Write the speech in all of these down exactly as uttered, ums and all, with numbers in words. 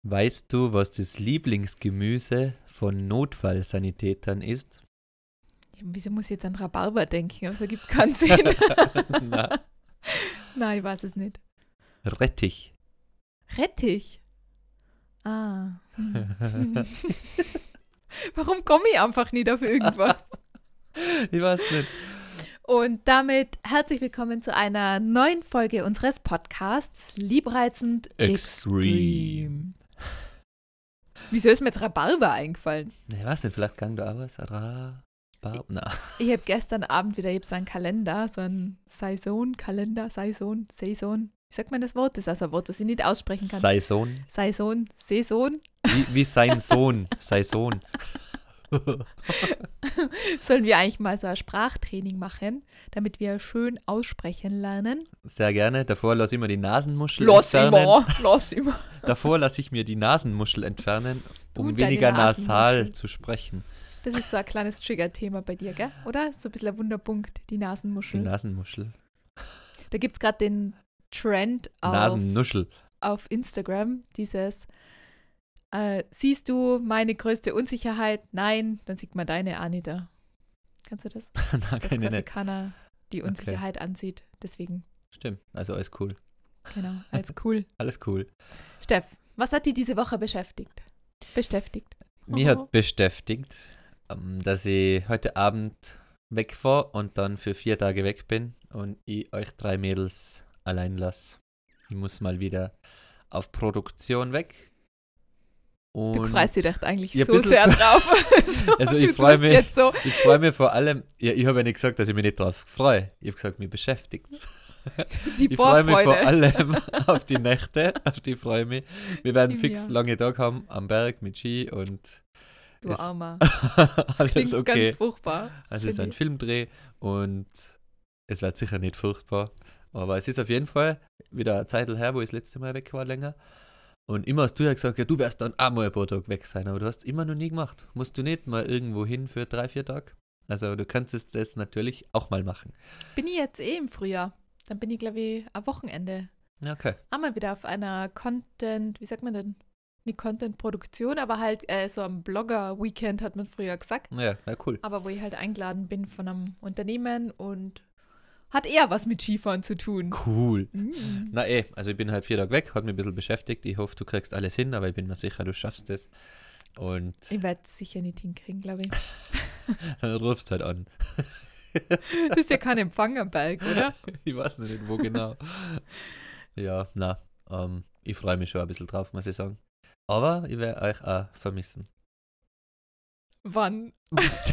Weißt du, was das Lieblingsgemüse von Notfallsanitätern ist? Wieso muss ich jetzt an Rhabarber denken? Aber es ergibt keinen Sinn. Na, Nein, ich weiß es nicht. Rettich. Rettich? Ah. Hm. Warum komme ich einfach nicht auf irgendwas? Ich weiß nicht. Und damit herzlich willkommen zu einer neuen Folge unseres Podcasts Liebreizend Extreme. Extreme. Wieso ist mir jetzt Rhabarber eingefallen? Ich weiß nicht, vielleicht gang da auch was. Rhabarber. Na. Ich habe gestern Abend wieder, ich hab so einen Kalender, so einen Saison-Kalender, Saison, Saison. Wie sagt man das Wort? Das ist also ein Wort, was ich nicht aussprechen kann. Saison. Saison, Saison. Wie, wie sein Sohn. Saison. Sollen wir eigentlich mal so ein Sprachtraining machen, damit wir schön aussprechen lernen? Sehr gerne. Davor lasse ich mir die Nasenmuschel Lass entfernen. immer, lass immer. Davor lasse ich mir die Nasenmuschel entfernen, um Du, deine weniger nasal Nasenmuschel. zu sprechen. Das ist so ein kleines Trigger-Thema bei dir, gell? Oder? So ein bisschen ein Wunderpunkt, die Die Nasenmuschel. Nasenmuschel. Da gibt es gerade den Trend auf, Nasennuschel. auf Instagram, dieses äh, siehst du meine größte Unsicherheit? Nein, dann sieht man deine Anita. Kannst du das? Na, Dass kann ich quasi nicht. keiner die Okay. Unsicherheit ansieht. Deswegen, Stimmt. Also alles cool. genau, als cool. Alles cool. Steff, was hat dich diese Woche beschäftigt? Beschäftigt. Mich hat beschäftigt, ähm, dass ich heute Abend wegfahre und dann für vier Tage weg bin und ich euch drei Mädels allein lasse. Ich muss mal wieder auf Produktion weg. Und Du freust dich echt eigentlich Ja, so bisschen- sehr drauf. so, Also ich du freu tust mich- jetzt so. ich freue mich vor allem, ja, ich habe ja nicht gesagt, dass ich mich nicht drauf freue. Ich habe gesagt, mich beschäftigt's. Die Ich freue mich vor Vorfreude. allem auf die Nächte, auf die freue ich mich. Wir werden Im fix Jahr. lange Tage haben am Berg mit Ski und Du es- Armer. alles Klingt okay. ganz furchtbar. Also es ist finde ein ich. Filmdreh und es wird sicher nicht furchtbar. Aber es ist auf jeden Fall wieder eine Zeit her, wo ich das letzte Mal weg war länger. Und immer hast du ja gesagt, ja, du wirst dann auch mal ein paar Tage weg sein, aber du hast es immer noch nie gemacht. Musst du nicht mal irgendwo hin für drei, vier Tage? Also du könntest das natürlich auch mal machen. Bin ich jetzt eh im Frühjahr. Dann bin ich, glaube ich, am Wochenende. Ja, okay. Einmal wieder auf einer Content, wie sagt man denn? Nicht Content-Produktion, aber halt äh, so am Blogger-Weekend hat man früher gesagt. Ja, ja, cool. Aber wo ich halt eingeladen bin von einem Unternehmen und hat eher was mit Skifahren zu tun. Cool. Mm. Na eh, also ich bin halt vier Tage weg, hat mich ein bisschen beschäftigt. Ich hoffe, du kriegst alles hin, aber ich bin mir sicher, du schaffst es. Und Ich werde es sicher nicht hinkriegen, glaube ich. dann rufst halt an. Du bist ja kein Empfang am Berg, oder? Ich weiß noch nicht, wo genau. Ja, na, ähm, ich freue mich schon ein bisschen drauf, muss ich sagen. Aber ich werde euch auch vermissen. Wann?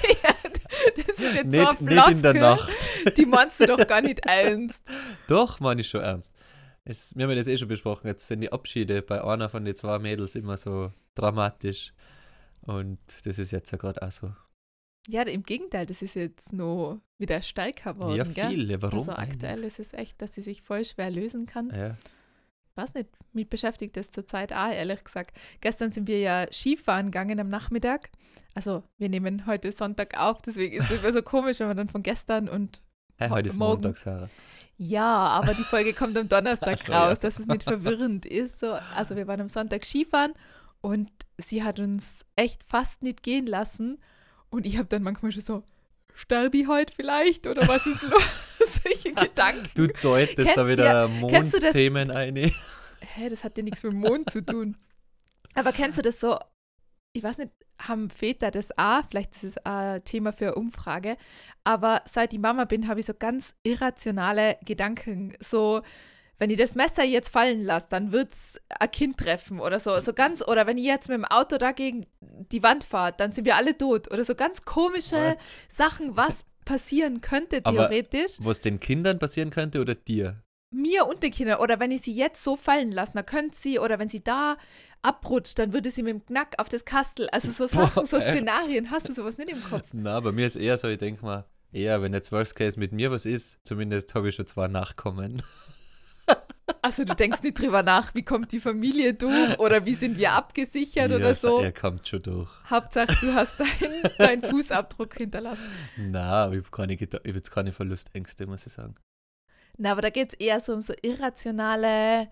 Das ist jetzt so Nicht, ein nicht in der Floskel. Nacht. Die meinst du doch gar nicht ernst. Doch, meine ich schon ernst. Es, wir haben ja das eh schon besprochen. Jetzt sind die Abschiede bei einer von den zwei Mädels immer so dramatisch. Und das ist jetzt ja gerade auch so. Ja, im Gegenteil, das ist jetzt noch wieder stärker geworden, Ja, gell? viel. Ja, warum Also eigentlich? aktuell ist es echt, dass sie sich voll schwer lösen kann. Ja. Weiß nicht, mich beschäftigt das zurzeit auch, ehrlich gesagt. Gestern sind wir ja Skifahren gegangen am Nachmittag. Also, wir nehmen heute Sonntag auf, deswegen ist es immer so komisch, wenn man dann von gestern und Hey, heute ist Morgen. Montag, Sarah. ja, aber die Folge kommt am Donnerstag Ach so, raus, ja. dass es nicht verwirrend ist. So, also wir waren am Sonntag Skifahren und sie hat uns echt fast nicht gehen lassen. Und ich habe dann manchmal schon so, sterbe ich heute vielleicht? Oder was ist los? Solche Gedanken. Du deutest Kennst da wieder kennst du das- Mondthemen ein. Hä, das hat ja nichts mit dem Mond zu tun. Aber kennst du das so, ich weiß nicht, haben Väter das auch, vielleicht ist es ein Thema für eine Umfrage, aber seit ich Mama bin, habe ich so ganz irrationale Gedanken, so, wenn ich das Messer jetzt fallen lasse, dann wird es ein Kind treffen oder so, so ganz, oder wenn ich jetzt mit dem Auto da gegen die Wand fahre, dann sind wir alle tot oder so ganz komische What? Sachen, was passieren könnte Aber- theoretisch. Was den Kindern passieren könnte oder dir? Mir und den Kindern, oder wenn ich sie jetzt so fallen lasse, dann könnte sie, oder wenn sie da abrutscht, dann würde sie mit dem Knack auf das Kastel, also so Boah, Sachen, so echt? Szenarien, hast du sowas nicht im Kopf? Na, bei mir ist eher so, ich denke mal, eher, wenn jetzt Worst Case mit mir was ist, zumindest habe ich schon zwei Nachkommen. Also du denkst nicht drüber nach, wie kommt die Familie durch, oder wie sind wir abgesichert Ja, oder so. Er kommt schon durch. Hauptsache, du hast deinen dein Fußabdruck hinterlassen. Na, aber ich habe keine, Geda- ich hab jetzt keine Verlustängste, muss ich sagen. Na, aber da geht es eher so um so irrationale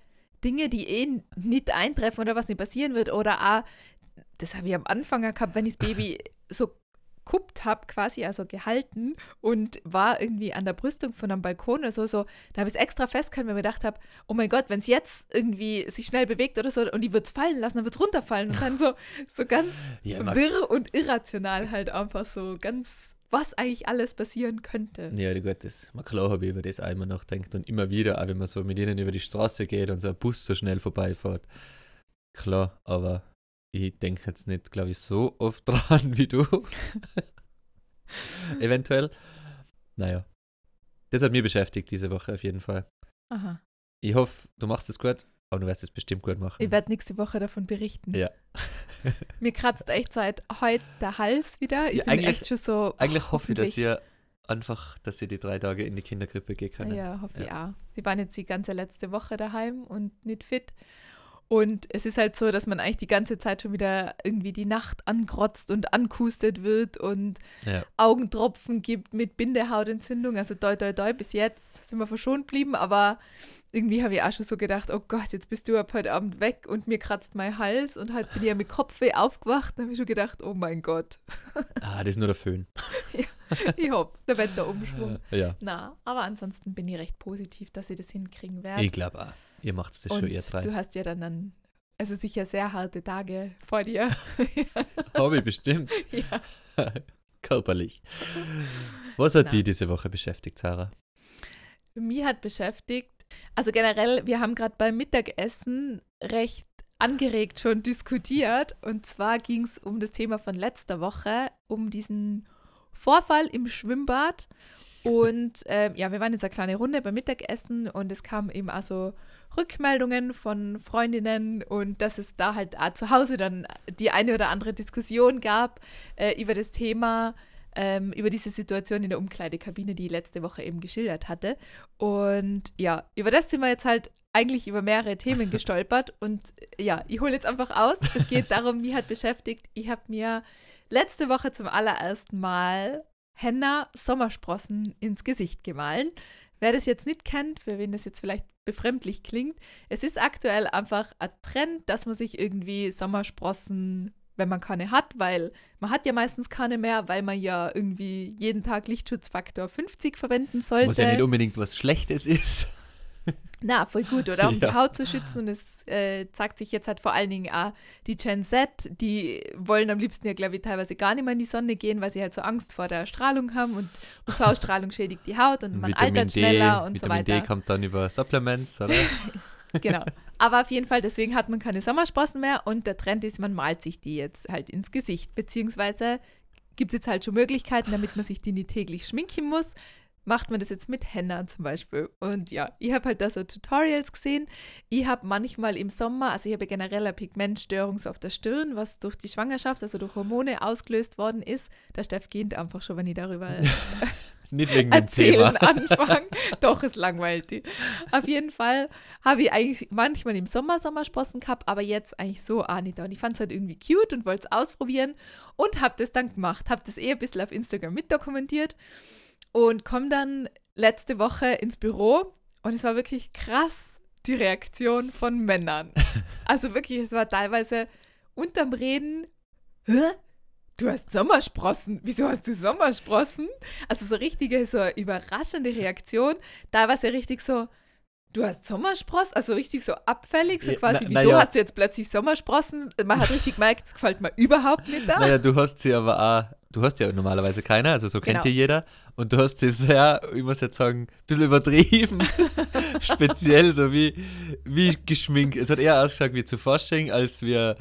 Dinge, die eh nicht eintreffen oder was nicht passieren wird. Oder auch, das habe ich am Anfang gehabt, wenn ich das Baby so gekuppt habe, quasi, also gehalten und war irgendwie an der Brüstung von einem Balkon oder so, so da habe ich es extra festgehalten, weil ich mir gedacht habe, oh mein Gott, wenn es jetzt irgendwie sich schnell bewegt oder so und die wird es fallen lassen, dann wird es runterfallen und dann so, so ganz Ja, man- wirr und irrational halt einfach so ganz, was eigentlich alles passieren könnte. Ja, du Gott, das, mal klar habe ich über das auch immer nachdenkt und immer wieder, auch wenn man so mit ihnen über die Straße geht und so ein Bus so schnell vorbeifährt. Klar, aber ich denke jetzt nicht, glaube ich, so oft dran wie du. Eventuell. Naja. Das hat mich beschäftigt diese Woche auf jeden Fall. Aha. Ich hoffe, du machst es gut, aber du wirst es bestimmt gut machen. Ich werde nächste Woche davon berichten. Ja. Mir kratzt echt seit heute der Hals wieder. Ich Ja, bin eigentlich- echt schon so. Eigentlich hoffe ich, dass hoffentlich. ihr einfach, dass ihr die drei Tage in die Kinderkrippe gehen könnt. Ja, hoffe ich auch. Sie waren jetzt die ganze letzte Woche daheim und nicht fit. Und es ist halt so, dass man eigentlich die ganze Zeit schon wieder irgendwie die Nacht angrotzt und ankustet wird und Ja. Augentropfen gibt mit Bindehautentzündung. Also doi, doi, doi, bis jetzt sind wir verschont geblieben, aber irgendwie habe ich auch schon so gedacht, oh Gott, jetzt bist du ab heute Abend weg und mir kratzt mein Hals und halt bin ich ja mit Kopfweh aufgewacht. Da habe ich schon gedacht, oh mein Gott, Ah, das ist nur der Föhn. ich hoffe, der Wetterumschwung. Ja. Na, aber ansonsten bin ich recht positiv, dass ich das hinkriegen werde. Ich glaube auch. Ihr macht das schon, Und ihr drei. du hast ja dann, dann also sicher sehr harte Tage vor dir. Habe ich bestimmt. ja. Körperlich. Was hat Na. die diese Woche beschäftigt, Sarah? Mich hat beschäftigt, also generell, wir haben gerade beim Mittagessen recht angeregt schon diskutiert. Und zwar ging es um das Thema von letzter Woche, um diesen Vorfall im Schwimmbad. Und ähm, ja, wir waren jetzt eine kleine Runde beim Mittagessen und es kamen eben also Rückmeldungen von Freundinnen und dass es da halt auch zu Hause dann die eine oder andere Diskussion gab äh, über das Thema, ähm, über diese Situation in der Umkleidekabine, die ich letzte Woche eben geschildert hatte. Und ja, über das sind wir jetzt halt eigentlich über mehrere Themen gestolpert und ja, ich hole jetzt einfach aus. Es geht darum, mich hat beschäftigt, ich habe mir letzte Woche zum allerersten Mal Henna Sommersprossen ins Gesicht gemahlen. Wer das jetzt nicht kennt, für wen das jetzt vielleicht befremdlich klingt, es ist aktuell einfach ein Trend, dass man sich irgendwie Sommersprossen, wenn man keine hat, weil man hat ja meistens keine mehr, weil man ja irgendwie jeden Tag Lichtschutzfaktor fünfzig verwenden sollte. Muss ja nicht unbedingt was Schlechtes ist. Na, voll gut, oder? Um Ja. die Haut zu schützen. Und es äh, zeigt sich jetzt halt vor allen Dingen auch die Gen Z, die wollen am liebsten ja, glaube ich, teilweise gar nicht mehr in die Sonne gehen, weil sie halt so Angst vor der Strahlung haben und U V-Strahlung schädigt die Haut und man altert schneller und so Vitamin weiter. D kommt dann über Supplements, oder? Genau. Aber auf jeden Fall, deswegen hat man keine Sommersprossen mehr und der Trend ist, man malt sich die jetzt halt ins Gesicht. Beziehungsweise gibt es jetzt halt schon Möglichkeiten, damit man sich die nicht täglich schminken muss. Macht man das jetzt mit Henna zum Beispiel. Und ja, ich habe halt da so Tutorials gesehen. Ich habe manchmal im Sommer, also ich habe generell eine Pigmentstörung so auf der Stirn, was durch die Schwangerschaft, also durch Hormone ausgelöst worden ist. Der Steff geht einfach schon, wenn ich darüber Nicht wegen dem erzählen Thema. anfange. Doch, es langweilt die. Auf jeden Fall habe ich eigentlich manchmal im Sommer Sommersprossen gehabt, aber jetzt eigentlich so auch nicht. Und ich fand es halt irgendwie cute und wollte es ausprobieren und habe das dann gemacht. Habe das eh ein bisschen auf Instagram mitdokumentiert und komme dann letzte Woche ins Büro und es war wirklich krass, die Reaktion von Männern. Also wirklich, es war teilweise unterm Reden, hä? Du hast Sommersprossen. Wieso hast du Sommersprossen? Also so richtige, so überraschende Reaktion. Da war es ja richtig so, du hast Sommersprossen? Also richtig so abfällig, so Ja, quasi, na- wieso na ja. hast du jetzt plötzlich Sommersprossen? Man hat richtig gemerkt, es gefällt mir überhaupt nicht da. Naja, du hast sie aber auch, du hast ja normalerweise keine, also so kennt Genau. die jeder. Und du hast sie sehr, ich muss jetzt sagen, ein bisschen übertrieben. Speziell, so wie, wie geschminkt. Es hat eher ausgeschaut wie zu Fasching, als wir.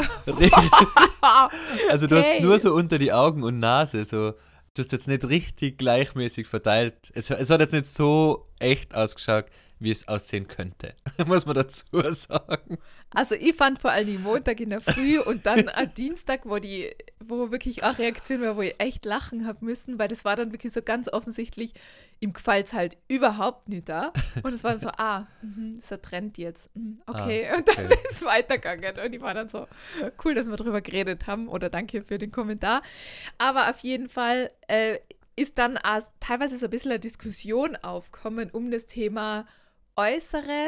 Also du hast Hey. nur so unter die Augen und Nase, so. Du hast jetzt nicht richtig gleichmäßig verteilt. Es, es hat jetzt nicht so echt ausgeschaut, wie es aussehen könnte. Muss man dazu sagen. Also ich fand vor allem Montag in der Früh und dann am Dienstag, wo die, wo wirklich auch Reaktion war, wo ich echt lachen habe müssen, weil das war dann wirklich so ganz offensichtlich, ihm gefällt es halt überhaupt nicht da. Und es war dann so, ah, mhm, ist ein Trend jetzt. Mhm, okay. Ah, Und dann okay. ist es weitergegangen. Und ich war dann so, cool, dass wir drüber geredet haben oder danke für den Kommentar. Aber auf jeden Fall äh, ist dann auch teilweise so ein bisschen eine Diskussion aufgekommen um das Thema Äußeres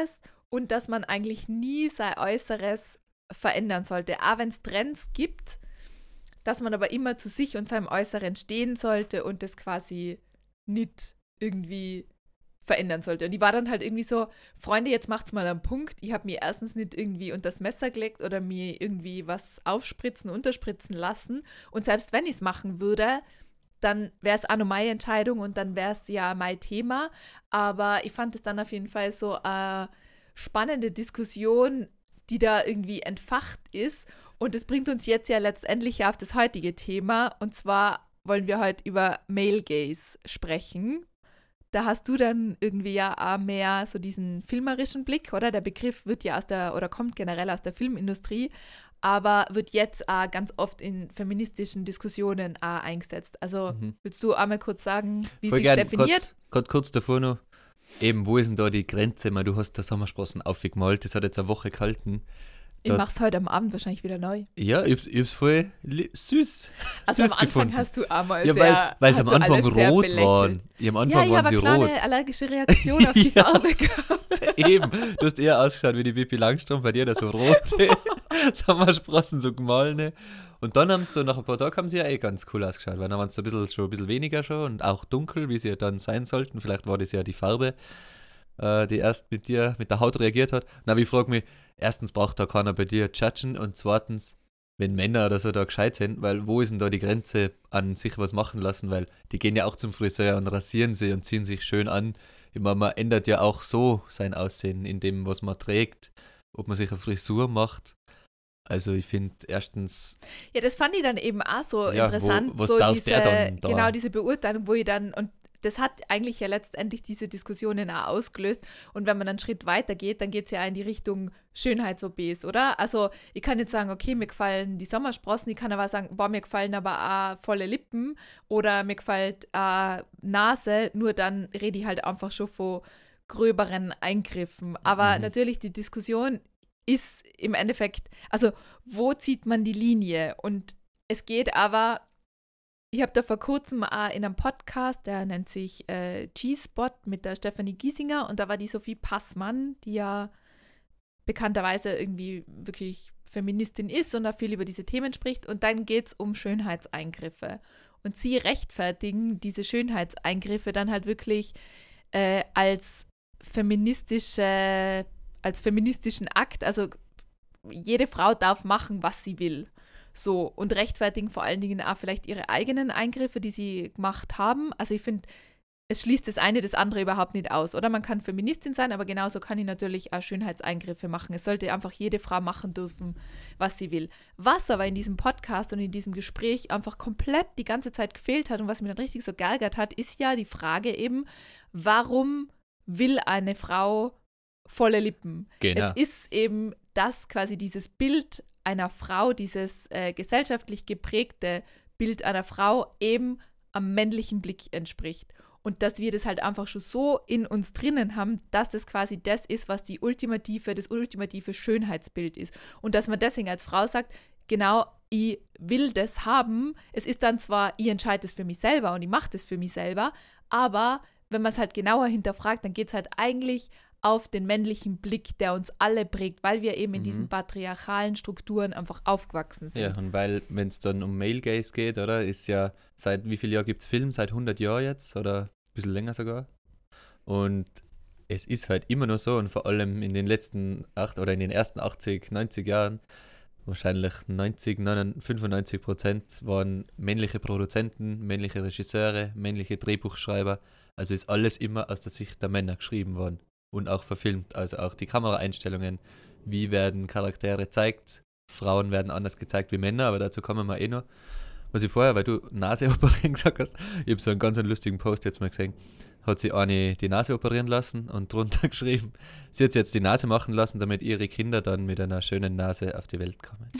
und dass man eigentlich nie sein Äußeres verändern sollte. Auch wenn es Trends gibt, dass man aber immer zu sich und seinem Äußeren stehen sollte und das quasi nicht irgendwie verändern sollte. Und ich war dann halt irgendwie so, Freunde, jetzt macht's mal einen Punkt. Ich habe mir erstens nicht irgendwie unter das Messer gelegt oder mir irgendwie was aufspritzen, unterspritzen lassen. Und selbst wenn ich es machen würde, dann wäre es auch noch meine Entscheidung und dann wäre es ja mein Thema. Aber ich fand es dann auf jeden Fall so eine spannende Diskussion, die da irgendwie entfacht ist. Und das bringt uns jetzt ja letztendlich auf das heutige Thema. Und zwar wollen wir heute über Male Gaze sprechen. Da hast du dann irgendwie ja auch mehr so diesen filmerischen Blick, oder? Der Begriff wird ja aus der, oder kommt generell aus der Filmindustrie, aber wird jetzt auch ganz oft in feministischen Diskussionen auch eingesetzt. Also Mhm. willst du einmal kurz sagen, wie Voll sich gern. definiert? Gerade kurz davor noch, eben, wo ist denn da die Grenze? Mal, du hast da Sommersprossen aufgemalt, das hat jetzt eine Woche gehalten. Ich Da- mach's heute am Abend wahrscheinlich wieder neu. Ja, ich hab's, ich hab's voll li- süß, Also süß am Anfang gefunden. hast du einmal Ja, sehr, weil sie hast am du Anfang alles sehr rot belächelt. waren. Ja, am Ja, Anfang ich waren habe sie eine kleine rot. allergische Reaktion auf die Ja. Farbe gehabt. Eben, du hast eher ausgeschaut wie die Pippi Langstrumpf, bei dir da so rote Sommersprossen, so gemahlene. Und dann haben sie so, nach ein paar Tagen haben sie ja eh ganz cool ausgeschaut, weil dann waren sie so ein bisschen, schon ein bisschen weniger schon und auch dunkel, wie sie ja dann sein sollten. Vielleicht war das ja die Farbe, äh, die erst mit dir, mit der Haut reagiert hat. Na, aber ich frage mich, erstens braucht da keiner bei dir judgen und zweitens, wenn Männer oder so da gescheit sind, weil wo ist denn da die Grenze an sich was machen lassen, weil die gehen ja auch zum Friseur und rasieren sie und ziehen sich schön an. Ich meine, man ändert ja auch so sein Aussehen in dem, was man trägt, ob man sich eine Frisur macht. Also ich finde erstens, Ja, das fand ich dann eben auch so Ja, wo- interessant, was so darf diese, der dann da? genau diese Beurteilung, wo ich dann, und das hat eigentlich ja letztendlich diese Diskussionen auch ausgelöst. Und wenn man einen Schritt weiter geht, dann geht es ja auch in die Richtung Schönheits-O Bs, oder? Also ich kann jetzt sagen, okay, mir gefallen die Sommersprossen, ich kann aber sagen, boah, mir gefallen aber auch volle Lippen oder mir gefällt äh, Nase, nur dann rede ich halt einfach schon von gröberen Eingriffen. Aber Mhm. natürlich, die Diskussion ist im Endeffekt, also wo zieht man die Linie? Und es geht aber, ich habe da vor kurzem auch in einem Podcast, der nennt sich äh, G-Spot mit der Stefanie Giesinger und da war die Sophie Passmann, die ja bekannterweise irgendwie wirklich Feministin ist und da viel über diese Themen spricht und dann geht es um Schönheitseingriffe. Und sie rechtfertigen diese Schönheitseingriffe dann halt wirklich äh, als feministische, als feministischen Akt, also jede Frau darf machen, was sie will. So, und rechtfertigen vor allen Dingen auch vielleicht ihre eigenen Eingriffe, die sie gemacht haben. Also ich finde, es schließt das eine das andere überhaupt nicht aus. Oder man kann Feministin sein, aber genauso kann ich natürlich auch Schönheitseingriffe machen. Es sollte einfach jede Frau machen dürfen, was sie will. Was aber in diesem Podcast und in diesem Gespräch einfach komplett die ganze Zeit gefehlt hat und was mich dann richtig so geärgert hat, ist ja die Frage eben, warum will eine Frau volle Lippen? genau. Es ist eben das quasi dieses Bild einer Frau, dieses äh, gesellschaftlich geprägte Bild einer Frau eben am männlichen Blick entspricht. Und dass wir das halt einfach schon so in uns drinnen haben, dass das quasi das ist, was die ultimative, das ultimative Schönheitsbild ist. Und dass man deswegen als Frau sagt, genau, ich will das haben. Es ist dann zwar, ich entscheide das für mich selber und ich mache das für mich selber, aber wenn man es halt genauer hinterfragt, dann geht es halt eigentlich auf den männlichen Blick, der uns alle prägt, weil wir eben in Mhm. diesen patriarchalen Strukturen einfach aufgewachsen sind. Ja, und weil, wenn es dann um Male Gaze geht, oder, ist ja, seit wie viel Jahren gibt es Film? Seit hundert Jahren jetzt oder ein bisschen länger sogar. Und es ist halt immer nur so und vor allem in den letzten acht oder in den ersten achtzig, neunzig Jahren, wahrscheinlich neunzig, neunundneunzig, fünfundneunzig Prozent waren männliche Produzenten, männliche Regisseure, männliche Drehbuchschreiber. Also ist alles immer aus der Sicht der Männer geschrieben worden und auch verfilmt. Also auch die Kameraeinstellungen, wie werden Charaktere gezeigt. Frauen werden anders gezeigt wie Männer, aber dazu kommen wir eh noch. Was ich vorher, weil du Nase operieren gesagt hast, ich habe so einen ganz einen lustigen Post jetzt mal gesehen, hat sie eine die Nase operieren lassen und drunter geschrieben, sie hat sich jetzt die Nase machen lassen, damit ihre Kinder dann mit einer schönen Nase auf die Welt kommen.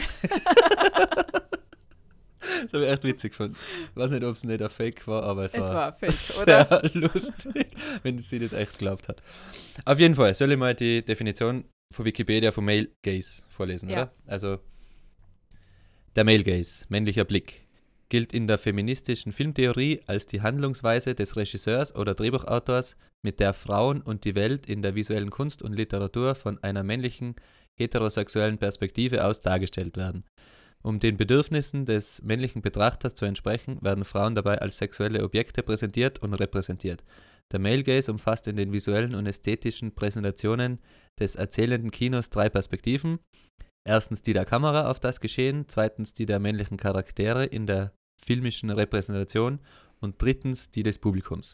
Das habe ich echt witzig gefunden. Ich weiß nicht, ob es nicht ein Fake war, aber es, Es war, war fake, sehr oder? lustig, wenn sie das echt geglaubt hat. Auf jeden Fall, soll ich mal die Definition von Wikipedia von Male Gaze vorlesen, Ja. oder? Also, der Male Gaze, männlicher Blick, gilt in der feministischen Filmtheorie als die Handlungsweise des Regisseurs oder Drehbuchautors, mit der Frauen und die Welt in der visuellen Kunst und Literatur von einer männlichen, heterosexuellen Perspektive aus dargestellt werden. Um den Bedürfnissen des männlichen Betrachters zu entsprechen, werden Frauen dabei als sexuelle Objekte präsentiert und repräsentiert. Der Male Gaze umfasst in den visuellen und ästhetischen Präsentationen des erzählenden Kinos drei Perspektiven. Erstens die der Kamera auf das Geschehen, zweitens die der männlichen Charaktere in der filmischen Repräsentation und drittens die des Publikums.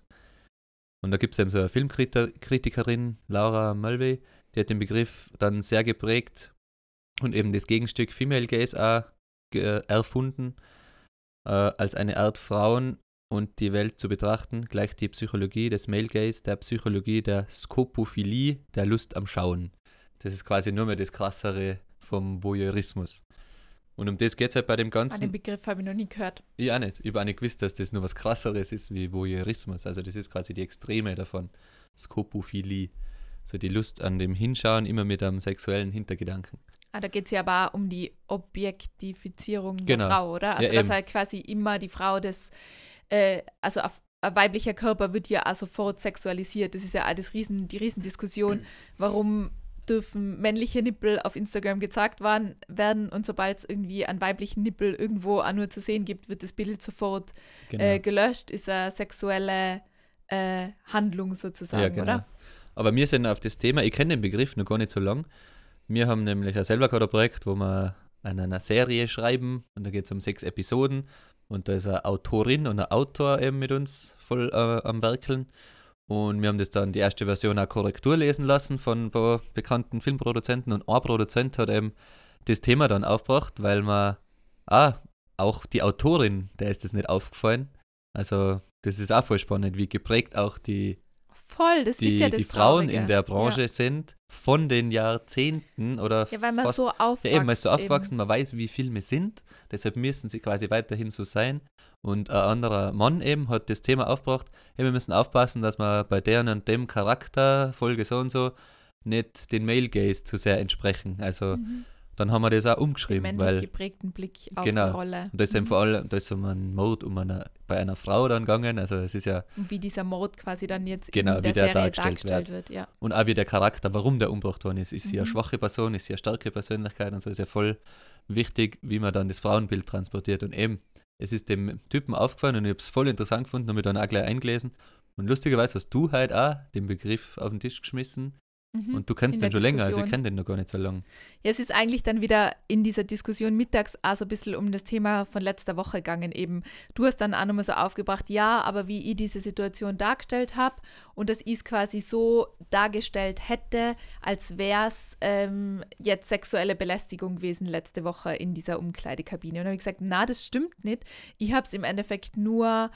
Und da gibt es eben so eine Filmkritikerin, Laura Mulvey, die hat den Begriff dann sehr geprägt und eben das Gegenstück Female Gaze auch ge- erfunden, äh, als eine Art Frauen und die Welt zu betrachten, gleich die Psychologie des Male Gaze, der Psychologie der Skopophilie, der Lust am Schauen. Das ist quasi nur mehr das Krassere vom Voyeurismus. Und um das geht es halt bei dem Ganzen. Den Begriff habe ich noch nie gehört. Ich auch nicht. Ich habe auch nicht gewusst, dass das nur was Krasseres ist wie Voyeurismus. Also das ist quasi die Extreme davon. Skopophilie. So die Lust an dem Hinschauen, immer mit einem sexuellen Hintergedanken. Ah, da geht es ja aber auch um die Objektifizierung Genau. der Frau, oder? Also Ja, dass eben. halt quasi immer die Frau das, äh, also auf, ein weiblicher Körper wird ja auch sofort sexualisiert. Das ist ja auch das Riesen, die Riesendiskussion, warum dürfen männliche Nippel auf Instagram gezeigt waren, werden und sobald es irgendwie einen weiblichen Nippel irgendwo auch nur zu sehen gibt, wird das Bild sofort Genau. äh, gelöscht, ist eine sexuelle äh, Handlung sozusagen, Ja, genau. oder? Aber wir sind auf das Thema, ich kenne den Begriff noch gar nicht so lang. Wir haben nämlich auch selber gerade ein Projekt, wo wir an einer Serie schreiben und da geht es um sechs Episoden und da ist eine Autorin und ein Autor eben mit uns voll äh, am Werkeln. Und wir haben das dann die erste Version auch Korrektur lesen lassen von ein paar bekannten Filmproduzenten und ein Produzent hat eben das Thema dann aufgebracht, weil man, ah, auch die Autorin, der ist das nicht aufgefallen. Also das ist auch voll spannend, wie geprägt auch die, Voll, das die, ist ja das die Frauen Traurige. in der Branche Ja. sind von den Jahrzehnten oder Ja, weil man fast, so aufwächst. ja, eben, man ist so eben. aufgewachsen, man weiß, wie Filme sind, deshalb müssen sie quasi weiterhin so sein. Und ein anderer Mann eben hat das Thema aufgebracht, hey, wir müssen aufpassen, dass wir bei deren und dem Charakter, Folge so und so, nicht den Male Gaze zu sehr entsprechen. Also Mhm. dann haben wir das auch Den umgeschrieben, männlich weil geprägten Blick auf genau. die Rolle. und da ist eben Mhm. vor allem, da ist um einen Mord um eine, bei einer Frau dann gegangen, also es ist ja, Und wie dieser Mord quasi dann jetzt Genau, in der wie der Serie dargestellt dargestellt wird. Ja. und auch wie der Charakter, warum der umgebracht worden ist. Ist sie eine Mhm. schwache Person, ist sie eine starke Persönlichkeit und so ist ja voll wichtig, wie man dann das Frauenbild transportiert. Und eben, es ist dem Typen aufgefallen und ich habe es voll interessant gefunden, habe mich dann auch gleich eingelesen. Und lustigerweise hast du halt auch den Begriff auf den Tisch geschmissen Mhm. und du kennst In den der schon länger, also ich Diskussion. kenne den noch gar nicht so lange. Ja, es ist eigentlich dann wieder in dieser Diskussion mittags auch so ein bisschen um das Thema von letzter Woche gegangen eben. Du hast dann auch nochmal so aufgebracht, ja, aber wie ich diese Situation dargestellt habe und dass ich es quasi so dargestellt hätte, als wäre es ähm, jetzt sexuelle Belästigung gewesen letzte Woche in dieser Umkleidekabine. Und dann habe ich gesagt, na, das stimmt nicht. Ich habe es im Endeffekt nur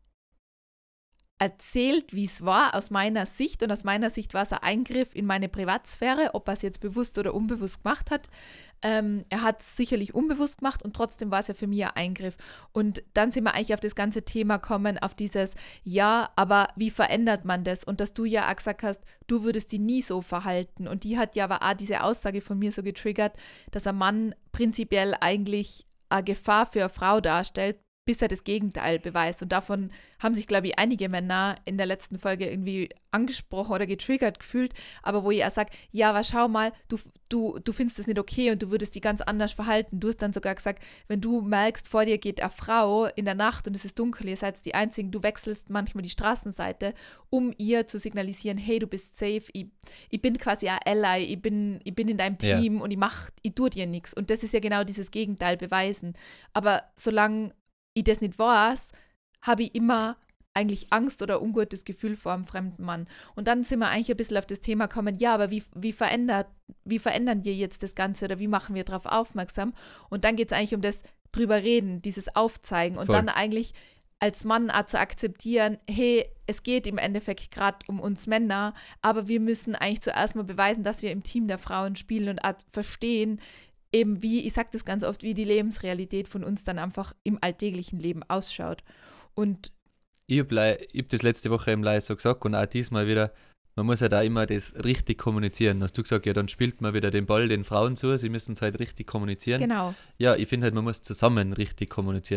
erzählt, wie es war aus meiner Sicht und aus meiner Sicht war es ein Eingriff in meine Privatsphäre, ob er es jetzt bewusst oder unbewusst gemacht hat. Ähm, er hat es sicherlich unbewusst gemacht und trotzdem war es ja für mich ein Eingriff. Und dann sind wir eigentlich auf das ganze Thema kommen, auf dieses, ja, aber wie verändert man das? Und dass du ja auch gesagt hast, du würdest die nie so verhalten. Und die hat ja aber auch diese Aussage von mir so getriggert, dass ein Mann prinzipiell eigentlich eine Gefahr für eine Frau darstellt, bis er das Gegenteil beweist. Und davon haben sich, glaube ich, einige Männer in der letzten Folge irgendwie angesprochen oder getriggert gefühlt, aber wo ich auch sage, ja, aber schau mal, du, du, du findest das nicht okay und du würdest dich ganz anders verhalten. Du hast dann sogar gesagt, wenn du merkst, vor dir geht eine Frau in der Nacht und es ist dunkel, ihr seid die Einzigen, du wechselst manchmal die Straßenseite, um ihr zu signalisieren, hey, du bist safe, ich, ich bin quasi ein Ally, ich bin, ich bin in deinem Ja. Team und ich mach, ich tue dir nichts. Und das ist ja genau dieses Gegenteil beweisen. Aber solange ich das nicht weiß, habe ich immer eigentlich Angst oder ungutes Gefühl vor einem fremden Mann. Und dann sind wir eigentlich ein bisschen auf das Thema gekommen, ja, aber wie, wie, verändert, wie verändern wir jetzt das Ganze oder wie machen wir darauf aufmerksam? Und dann geht es eigentlich um das drüber reden, dieses Aufzeigen und Voll. dann eigentlich als Mann auch zu akzeptieren, hey, es geht im Endeffekt gerade um uns Männer, aber wir müssen eigentlich zuerst mal beweisen, dass wir im Team der Frauen spielen und auch verstehen, eben wie, ich sage das ganz oft, wie die Lebensrealität von uns dann einfach im alltäglichen Leben ausschaut. Und Ich habe hab das letzte Woche im Live so gesagt und auch diesmal wieder, man muss ja da immer das richtig kommunizieren. Hast du gesagt, ja, dann spielt man wieder den Ball den Frauen zu, sie müssen es halt richtig kommunizieren. genau, Ja, ich finde halt, man muss zusammen richtig kommunizieren.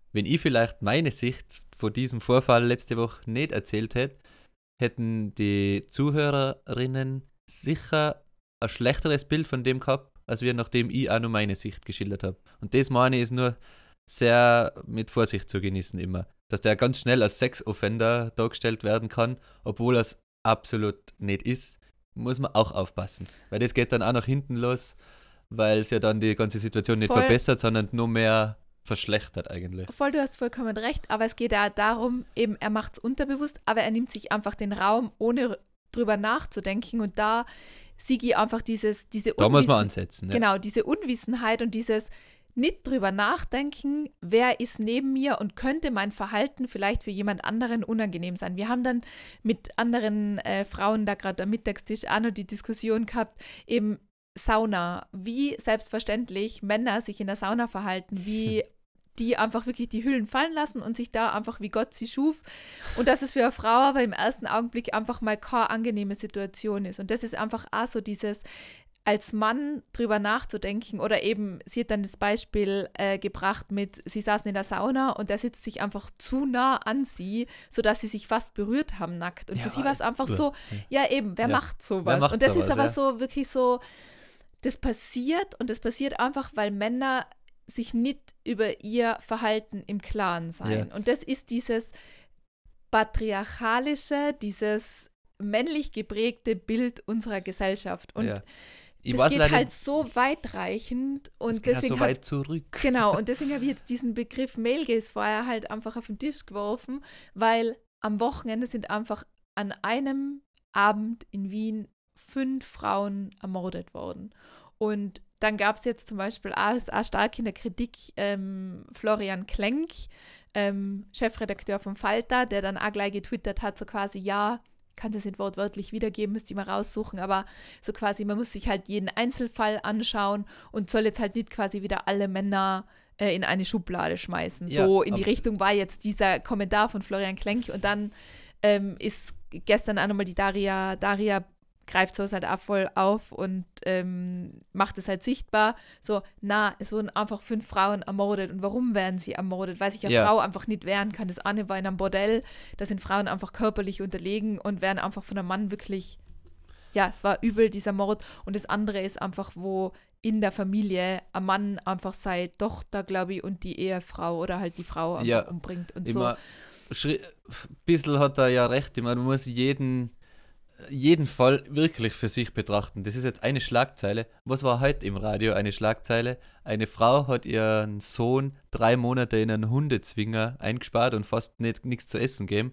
wenn ich vielleicht meine Sicht von diesem Vorfall letzte Woche nicht erzählt hätte, hätten die Zuhörerinnen sicher ein schlechteres Bild von dem gehabt, als wir, nachdem ich auch nur meine Sicht geschildert habe. Und das meine ich ist nur sehr mit Vorsicht zu genießen immer. Dass der ganz schnell als Sexoffender dargestellt werden kann, obwohl er es absolut nicht ist, muss man auch aufpassen. Weil das geht dann auch nach hinten los, weil es ja dann die ganze Situation nicht Voll. verbessert, sondern nur mehr verschlechtert eigentlich. Voll, du hast vollkommen recht, aber es geht ja darum, eben, er macht es unterbewusst, aber er nimmt sich einfach den Raum, ohne drüber nachzudenken und da sehe ich einfach dieses, diese Da muss man Unwissen- ansetzen. Ja. Genau, diese Unwissenheit und dieses nicht drüber nachdenken, wer ist neben mir und könnte mein Verhalten vielleicht für jemand anderen unangenehm sein. Wir haben dann mit anderen äh, Frauen da gerade am Mittagstisch auch noch die Diskussion gehabt, eben Sauna, wie selbstverständlich Männer sich in der Sauna verhalten, wie die einfach wirklich die Hüllen fallen lassen und sich da einfach wie Gott sie schuf und dass es für eine Frau aber im ersten Augenblick einfach mal keine angenehme Situation ist. Und das ist einfach auch so dieses, als Mann drüber nachzudenken oder eben, sie hat dann das Beispiel äh, gebracht mit, sie saßen in der Sauna und der sitzt sich einfach zu nah an sie, sodass sie sich fast berührt haben nackt. Und Ja, für sie war es einfach äh, so, ja eben, wer Ja. macht sowas? Wer macht und das ist sowas, aber ja. so wirklich so, das passiert und das passiert einfach, weil Männer sich nicht über ihr Verhalten im Klaren sein. Ja. Und das ist dieses patriarchalische, dieses männlich geprägte Bild unserer Gesellschaft. Und Ja. Ich das weiß geht leider, halt so weitreichend und das geht ja deswegen so hab, weit zurück. genau, und deswegen habe ich jetzt diesen Begriff Male Gaze vorher halt einfach auf den Tisch geworfen, weil am Wochenende sind einfach an einem Abend in Wien fünf Frauen ermordet worden. Und dann gab es jetzt zum Beispiel auch, auch stark in der Kritik ähm, Florian Klenk, ähm, Chefredakteur vom Falter, der dann auch gleich getwittert hat, so quasi, ja, kann das nicht wortwörtlich wiedergeben, müsste ich mal raussuchen, aber so quasi, man muss sich halt jeden Einzelfall anschauen und soll jetzt halt nicht quasi wieder alle Männer äh, in eine Schublade schmeißen. Ja, so in die aber- Richtung war jetzt dieser Kommentar von Florian Klenk und dann ähm, ist gestern auch nochmal die Daria, Daria greift sowas halt auch voll auf und ähm, macht es halt sichtbar. So, na, es wurden einfach fünf Frauen ermordet. Und warum werden sie ermordet? Weil sich eine Ja. Frau einfach nicht wehren kann. Das eine war in einem Bordell, da sind Frauen einfach körperlich unterlegen und werden einfach von einem Mann wirklich, ja, es war übel, dieser Mord. Und das andere ist einfach, wo in der Familie ein Mann einfach seine Tochter, glaube ich, und die Ehefrau oder halt die Frau einfach Ja, umbringt. Und Ich so. mein, Schri- ein bisschen hat er ja recht. Ich meine, man muss jeden, jeden Fall wirklich für sich betrachten. Das ist jetzt eine Schlagzeile. Was war heute im Radio eine Schlagzeile? Eine Frau hat ihren Sohn drei Monate in einen Hundezwinger eingesperrt und fast nicht nichts zu essen gegeben.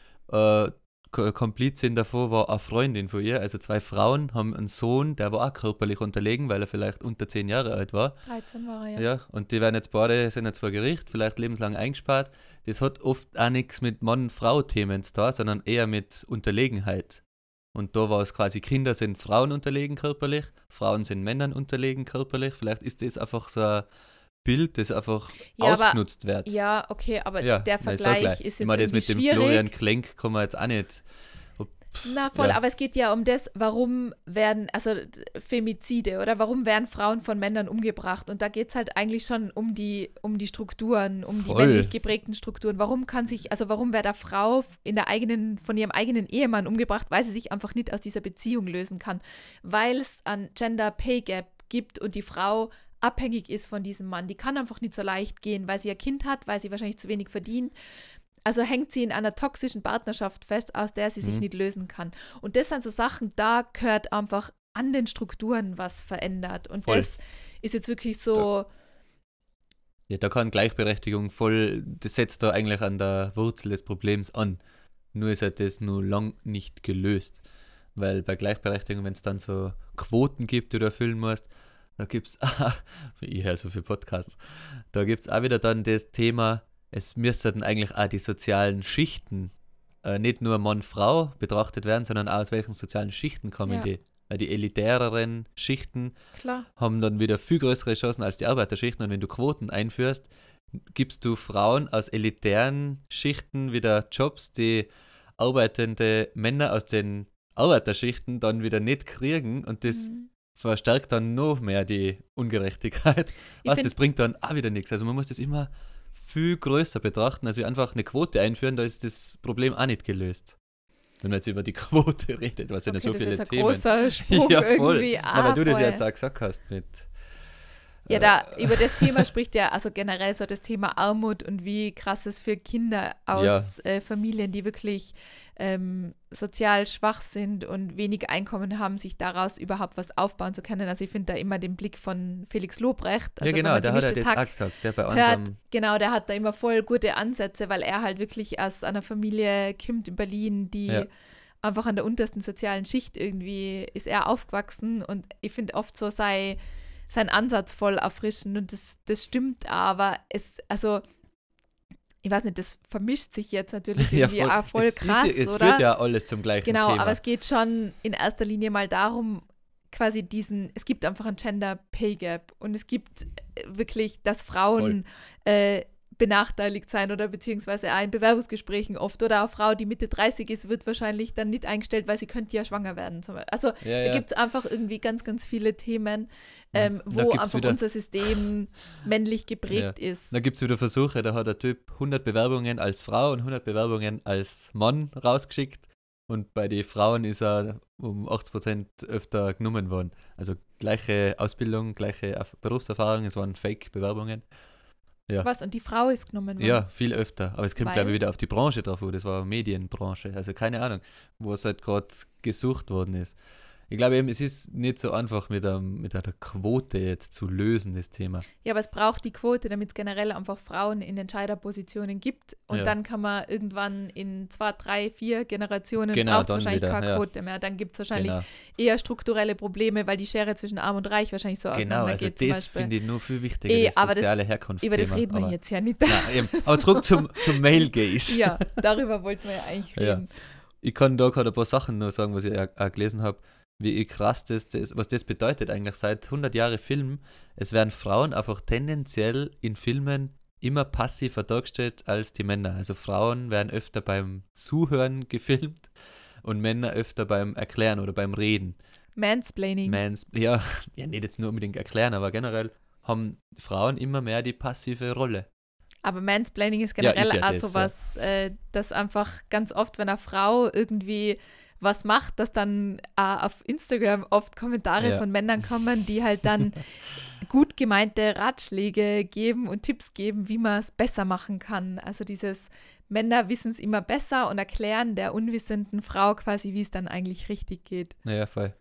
Äh, Ko- Komplizin davor war eine Freundin von ihr. Also zwei Frauen haben einen Sohn, der war auch körperlich unterlegen, weil er vielleicht unter zehn Jahre alt war. dreizehn war er, ja. Ja, und die werden jetzt beide, sind jetzt vor Gericht, vielleicht lebenslang eingesperrt. Das hat oft auch nichts mit Mann-Frau-Themen zu tun, sondern eher mit Unterlegenheit. Und da war es quasi, Kinder sind Frauen unterlegen körperlich, Frauen sind Männern unterlegen körperlich. Vielleicht ist das einfach so ein Bild, das einfach Ja, aber- ausgenutzt wird. Ja, okay, aber Ja, der nein, ich sag Vergleich gleich. ist Ich jetzt meine, das irgendwie mit dem schwierig. Florian Klenk kann man jetzt auch nicht. Na voll, Ja. aber es geht ja um das, warum werden, also Femizide oder warum werden Frauen von Männern umgebracht? Und da geht es halt eigentlich schon um die, um die Strukturen, um Voll. die männlich geprägten Strukturen. Warum kann sich, also warum wird eine Frau in der eigenen, von ihrem eigenen Ehemann umgebracht, weil sie sich einfach nicht aus dieser Beziehung lösen kann? Weil es ein Gender Pay Gap gibt und die Frau abhängig ist von diesem Mann. Die kann einfach nicht so leicht gehen, weil sie ihr Kind hat, weil sie wahrscheinlich zu wenig verdient. Also hängt sie in einer toxischen Partnerschaft fest, aus der sie sich Mhm. nicht lösen kann. Und das sind so Sachen, da gehört einfach an den Strukturen was verändert. Und Voll. das ist jetzt wirklich so, Ja, da kann Gleichberechtigung voll, das setzt da eigentlich an der Wurzel des Problems an. Nur ist halt das nur lang nicht gelöst. Weil bei Gleichberechtigung, wenn es dann so Quoten gibt, die du erfüllen musst, da gibt es, ich höre so viele Podcasts, da gibt es auch wieder dann das Thema, es müssten eigentlich auch die sozialen Schichten, äh, nicht nur Mann-Frau betrachtet werden, sondern auch aus welchen sozialen Schichten kommen Ja. die. Weil die elitäreren Schichten klar. haben dann wieder viel größere Chancen als die Arbeiterschichten. Und wenn du Quoten einführst, gibst du Frauen aus elitären Schichten wieder Jobs, die arbeitende Männer aus den Arbeiterschichten dann wieder nicht kriegen. Und das Mhm. verstärkt dann noch mehr die Ungerechtigkeit. Ich Was, find- das bringt dann auch wieder nichts. Also man muss das immer viel größer betrachten, als wir einfach eine Quote einführen, da ist das Problem auch nicht gelöst. Wenn man jetzt über die Quote redet, was ja Okay, nicht so das viele ist jetzt ein Themen. großer Sprung Ja, voll. irgendwie. Na, weil du das voll. ja jetzt auch gesagt hast mit. Ja, äh, da über das Thema spricht ja, also generell so das Thema Armut und wie krass es für Kinder aus äh, Familien, die wirklich ähm, sozial schwach sind und wenig Einkommen haben, sich daraus überhaupt was aufbauen zu können. Also ich finde da immer den Blick von Felix Lobrecht. Also ja, wenn genau, man der hat ja Gemischtes das Hack auch gesagt, der bei hört, unserem. genau, der hat da immer voll gute Ansätze, weil er halt wirklich aus einer Familie kommt in Berlin, die Ja. einfach an der untersten sozialen Schicht irgendwie ist er aufgewachsen und ich finde oft so sei sein Ansatz voll erfrischend und das, das stimmt, aber es, also ich weiß nicht, das vermischt sich jetzt natürlich irgendwie ja, voll, auch voll es, krass, ist, es oder? führt ja alles zum gleichen Genau, Thema. aber es geht schon in erster Linie mal darum, quasi diesen, es gibt einfach ein Gender Pay Gap und es gibt wirklich, dass Frauen äh, benachteiligt sein oder beziehungsweise auch in Bewerbungsgesprächen oft oder eine Frau, die Mitte dreißig ist, wird wahrscheinlich dann nicht eingestellt, weil sie könnte ja schwanger werden. Zum Beispiel. Also ja, da ja. gibt es einfach irgendwie ganz, ganz viele Themen, Ja. ähm, Da wo gibt's einfach wieder- unser System männlich geprägt ist. Da gibt es wieder Versuche, da hat der Typ hundert Bewerbungen als Frau und hundert Bewerbungen als Mann rausgeschickt und bei den Frauen ist er um achtzig Prozent öfter genommen worden. Also gleiche Ausbildung, gleiche Erf- Berufserfahrung, es waren Fake-Bewerbungen. Ja. Was? Und die Frau ist genommen worden? Ja, viel öfter. Aber es kommt, Weil? glaube ich, wieder auf die Branche drauf, wo das war Medienbranche. Also keine Ahnung, wo es halt gerade gesucht worden ist. Ich glaube eben, es ist nicht so einfach mit, einem, mit einer Quote jetzt zu lösen, das Thema. Ja, aber es braucht die Quote, damit es generell einfach Frauen in Entscheiderpositionen gibt. Und Ja. dann kann man irgendwann in zwei, drei, vier Generationen Genau, braucht es dann wahrscheinlich wieder, keine ja. Quote mehr. Dann gibt es wahrscheinlich Genau, eher strukturelle Probleme, weil die Schere zwischen Arm und Reich wahrscheinlich so genau also auseinandergeht zum das Beispiel. finde ich nur viel wichtiger, Eh, das aber das- soziale Herkunft. Über das reden wir jetzt ja nicht. Nein, eben. Aber zurück zum, zum Male Gaze. Ja, darüber wollten wir ja eigentlich Ja. reden. Ich kann da gerade ein paar Sachen noch sagen, was ich auch, auch gelesen habe, wie krass das, das, was das bedeutet eigentlich seit hundert Jahren Film. Es werden Frauen einfach tendenziell in Filmen immer passiver dargestellt als die Männer. Also Frauen werden öfter beim Zuhören gefilmt und Männer öfter beim Erklären oder beim Reden. Mansplaining. Mans, ja, ja, nicht jetzt nur unbedingt erklären, aber generell haben Frauen immer mehr die passive Rolle. Aber Mansplaining ist Ja, generell ist ja auch das, sowas, äh, dass einfach ganz oft, wenn eine Frau irgendwie was macht, dass dann auch auf Instagram oft Kommentare Ja. von Männern kommen, die halt dann gut gemeinte Ratschläge geben und Tipps geben, wie man es besser machen kann. Also dieses Männer wissen es immer besser und erklären der unwissenden Frau quasi, wie es dann eigentlich richtig geht. Naja, voll.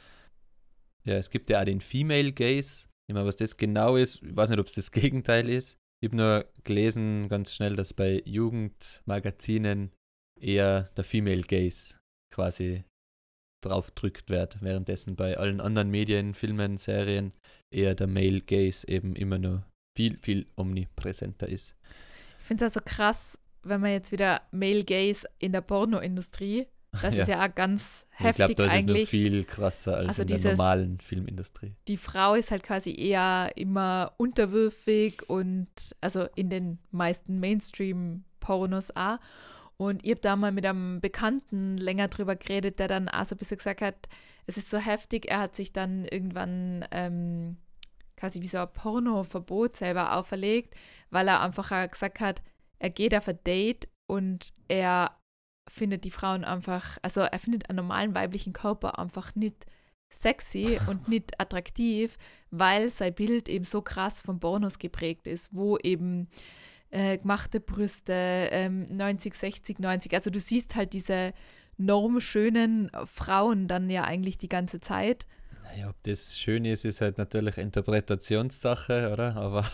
Ja, es gibt ja auch den Female Gaze. Ich meine, was das genau ist, ich weiß nicht, ob es das Gegenteil ist. Ich habe nur gelesen, ganz schnell, dass bei Jugendmagazinen eher der Female Gaze quasi draufdrückt wird, währenddessen bei allen anderen Medien, Filmen, Serien eher der Male Gaze eben immer nur viel, viel omnipräsenter ist. Ich finde es also krass, wenn man jetzt wieder Male Gaze in der Pornoindustrie, das Ja. ist ja auch ganz Ich heftig glaube, da ist es noch eigentlich. viel krasser als Also in der dieses- normalen Filmindustrie. Die Frau ist halt quasi eher immer unterwürfig und also in den meisten Mainstream-Pornos auch. Und ich habe da mal mit einem Bekannten länger drüber geredet, der dann auch so ein bisschen gesagt hat, es ist so heftig, er hat sich dann irgendwann ähm, quasi wie so ein Pornoverbot selber auferlegt, weil er einfach auch gesagt hat, er geht auf ein Date und er findet die Frauen einfach, also er findet einen normalen weiblichen Körper einfach nicht sexy und nicht attraktiv, weil sein Bild eben so krass von Pornos geprägt ist, wo eben äh, gemachte Brüste, ähm, neunzig, sechzig, neunzig, also du siehst halt diese normschönen Frauen dann ja eigentlich die ganze Zeit. Naja, ob das schön ist, ist halt natürlich Interpretationssache, oder? Aber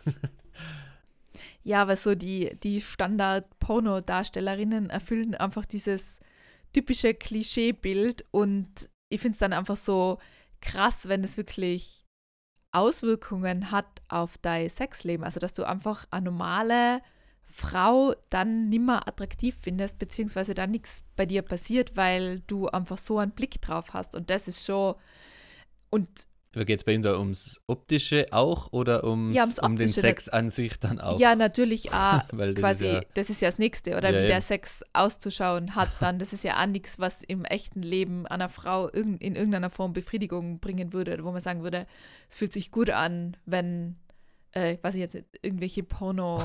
Ja, aber so die, die Standard-Porno-Darstellerinnen erfüllen einfach dieses typische Klischeebild und ich finde es dann einfach so krass, wenn es wirklich Auswirkungen hat auf dein Sexleben. Also, dass du einfach eine normale Frau dann nimmer attraktiv findest, beziehungsweise da nichts bei dir passiert, weil du einfach so einen Blick drauf hast. Und das ist schon. Und geht es bei ihm da ums Optische auch oder ums, Ja, ums um den Optische, Sex an sich dann auch? ja, natürlich auch Weil das quasi, ist ja, das ist ja das Nächste, oder Ja, wie der eben. Sex auszuschauen hat dann. Das ist ja auch nichts, was im echten Leben einer Frau irg- in irgendeiner Form Befriedigung bringen würde, wo man sagen würde, es fühlt sich gut an, wenn, äh, weiß ich jetzt, nicht, irgendwelche Porno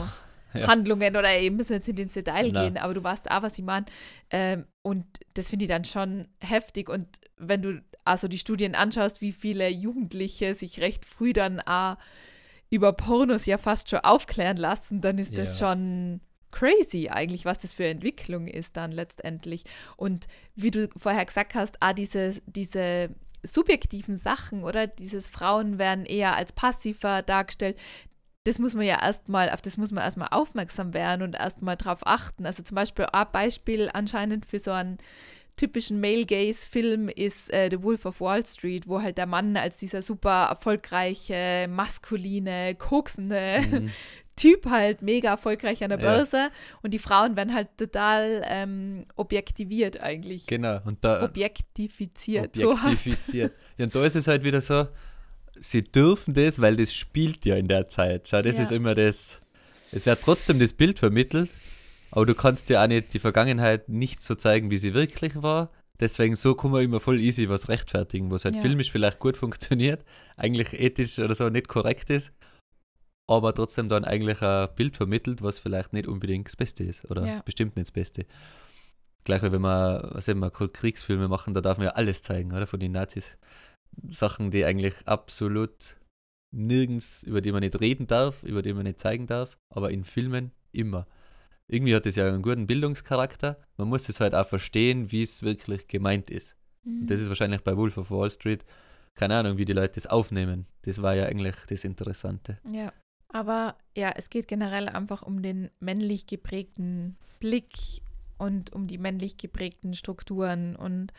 Ja. Handlungen oder eben müssen wir jetzt nicht ins Detail Na. gehen, aber du weißt auch, was ich meine. Ähm, und das finde ich dann schon heftig. Und wenn du also die Studien anschaust, wie viele Jugendliche sich recht früh dann auch über Pornos ja fast schon aufklären lassen, dann ist das Ja. schon crazy eigentlich, was das für Entwicklung ist dann letztendlich. Und wie du vorher gesagt hast, auch diese, diese subjektiven Sachen, oder dieses Frauen werden eher als passiver dargestellt, das muss man ja erstmal, auf das muss man erstmal aufmerksam werden und erstmal drauf achten. Also zum Beispiel ein Beispiel anscheinend für so einen typischen Male-Gaze-Film ist äh, The Wolf of Wall Street, wo halt der Mann als dieser super erfolgreiche, maskuline, koksende Mhm. Typ halt mega erfolgreich an der Ja. Börse und die Frauen werden halt total ähm, objektiviert eigentlich. Genau. Und da Objektifiziert, so heißt objektifiziert. Ja, und da ist es halt wieder so, sie dürfen das, weil das spielt ja in der Zeit. Schau, das Ja. ist immer das, es wird trotzdem das Bild vermittelt, aber du kannst dir auch nicht die Vergangenheit nicht so zeigen, wie sie wirklich war. Deswegen so kann man immer voll easy was rechtfertigen, was halt Ja. filmisch vielleicht gut funktioniert, eigentlich ethisch oder so nicht korrekt ist, aber trotzdem dann eigentlich ein Bild vermittelt, was vielleicht nicht unbedingt das Beste ist oder Ja. bestimmt nicht das Beste. Gleich wie wenn wir, was eben, wir Kriegsfilme machen, da darf man ja alles zeigen, oder? Von den Nazis. Sachen, die eigentlich absolut nirgends, über die man nicht reden darf, über die man nicht zeigen darf, aber in Filmen immer. Irgendwie hat das ja einen guten Bildungscharakter. Man muss es halt auch verstehen, wie es wirklich gemeint ist. Mhm. Und das ist wahrscheinlich bei Wolf of Wall Street, keine Ahnung, wie die Leute das aufnehmen. Das war ja eigentlich das Interessante. Ja, aber ja, es geht generell einfach um den männlich geprägten Blick und um die männlich geprägten Strukturen und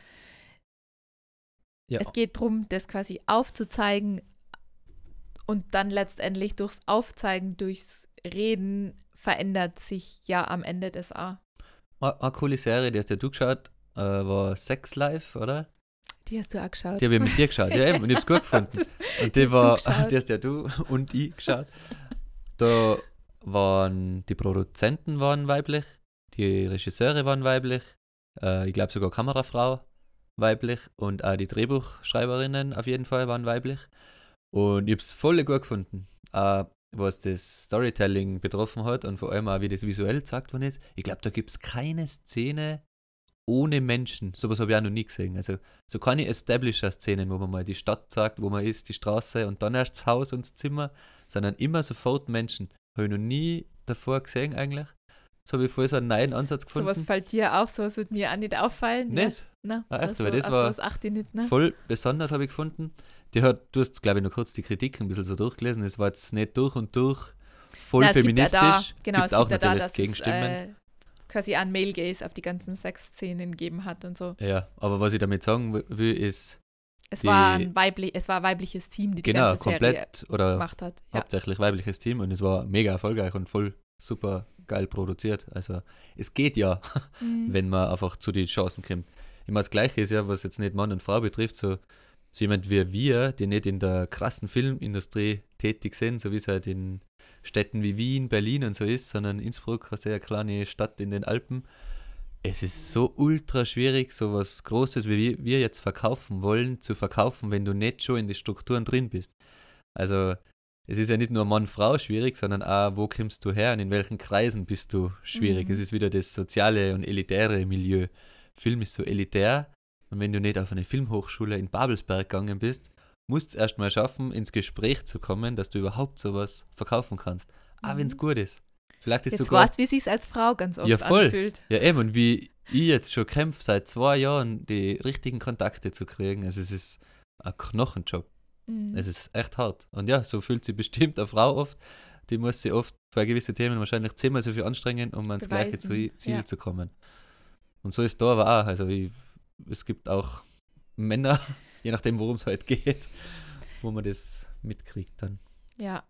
Ja, es geht darum, das quasi aufzuzeigen und dann letztendlich durchs Aufzeigen, durchs Reden verändert sich ja am Ende das auch. eine, eine coole Serie, die hast ja du geschaut, äh, war Sex Life, oder? Die hast du auch geschaut. Die habe ich mit dir geschaut, ja eben, und ich habe es gut gefunden. Und Die die hast du war, geschaut. die hast ja du und ich geschaut. Da waren, die Produzenten waren weiblich, die Regisseure waren weiblich, äh, ich glaube sogar Kamerafrau weiblich und auch die Drehbuchschreiberinnen auf jeden Fall waren weiblich. Und ich habe es voll gut gefunden, äh, was das Storytelling betroffen hat und vor allem auch, wie das visuell gezeigt worden ist. Ich glaube, da gibt es keine Szene ohne Menschen. Sowas habe ich auch noch nie gesehen. Also so keine Establisher-Szenen, wo man mal die Stadt sagt, wo man ist, die Straße und dann erst das Haus und das Zimmer, sondern immer sofort Menschen. Habe ich noch nie davor gesehen eigentlich. So habe ich voll so einen neuen Ansatz gefunden. Sowas fällt dir auf, sowas wird mir auch nicht auffallen. Ja? Nicht? Na, Ah, echt, also, weil das auf war sowas achte ich nicht, ne? Voll besonders habe ich gefunden. Die hat, du hast, glaube ich, noch kurz die Kritik ein bisschen so durchgelesen. Es war jetzt nicht durch und durch voll Na, es gibt ja feministisch. da, genau, Gibt's es auch gibt ja da, natürlich dass es Gegenstimmen. äh, quasi einen Male Gaze auf die ganzen Sexszenen gegeben hat und so. Ja, aber was ich damit sagen wi- will, ist, Es Die- war ein weiblich, es war ein weibliches Team, die die genau, ganze Serie komplett oder gemacht hat. Ja. hauptsächlich weibliches Team und es war mega erfolgreich und voll super geil produziert. Also es geht ja, Mhm. wenn man einfach zu den Chancen kommt. Immer das Gleiche ist ja, was jetzt nicht Mann und Frau betrifft, so, so jemand wie wir, die nicht in der krassen Filmindustrie tätig sind, so wie es halt in Städten wie Wien, Berlin und so ist, sondern Innsbruck, eine sehr kleine Stadt in den Alpen. Es ist so ultra schwierig, so was Großes, wie wir- wir jetzt verkaufen wollen, zu verkaufen, wenn du nicht schon in die Strukturen drin bist. Also es ist ja nicht nur Mann-Frau schwierig, sondern auch, wo kommst du her und in welchen Kreisen bist du schwierig. Mhm. Es ist wieder das soziale und elitäre Milieu. Film ist so elitär und wenn du nicht auf eine Filmhochschule in Babelsberg gegangen bist, musst du es erstmal schaffen, ins Gespräch zu kommen, dass du überhaupt sowas verkaufen kannst. Auch Mhm. wenn es gut ist. Vielleicht ist Jetzt sogar... weißt du, wie es sich als Frau ganz oft Ja, voll. anfühlt. Ja, eben, und wie ich jetzt schon kämpfe, seit zwei Jahren die richtigen Kontakte zu kriegen, also es ist ein Knochenjob. Mhm. Es ist echt hart. Und ja, so fühlt sich bestimmt eine Frau oft. Die muss sich oft bei gewissen Themen wahrscheinlich zehnmal so viel anstrengen, um ans gleiche Beweisen, Ziel, Ziel ja. zu kommen. Und so ist da aber auch. Also ich, es gibt auch Männer, je nachdem, worum es halt geht, wo man das mitkriegt dann. Ja.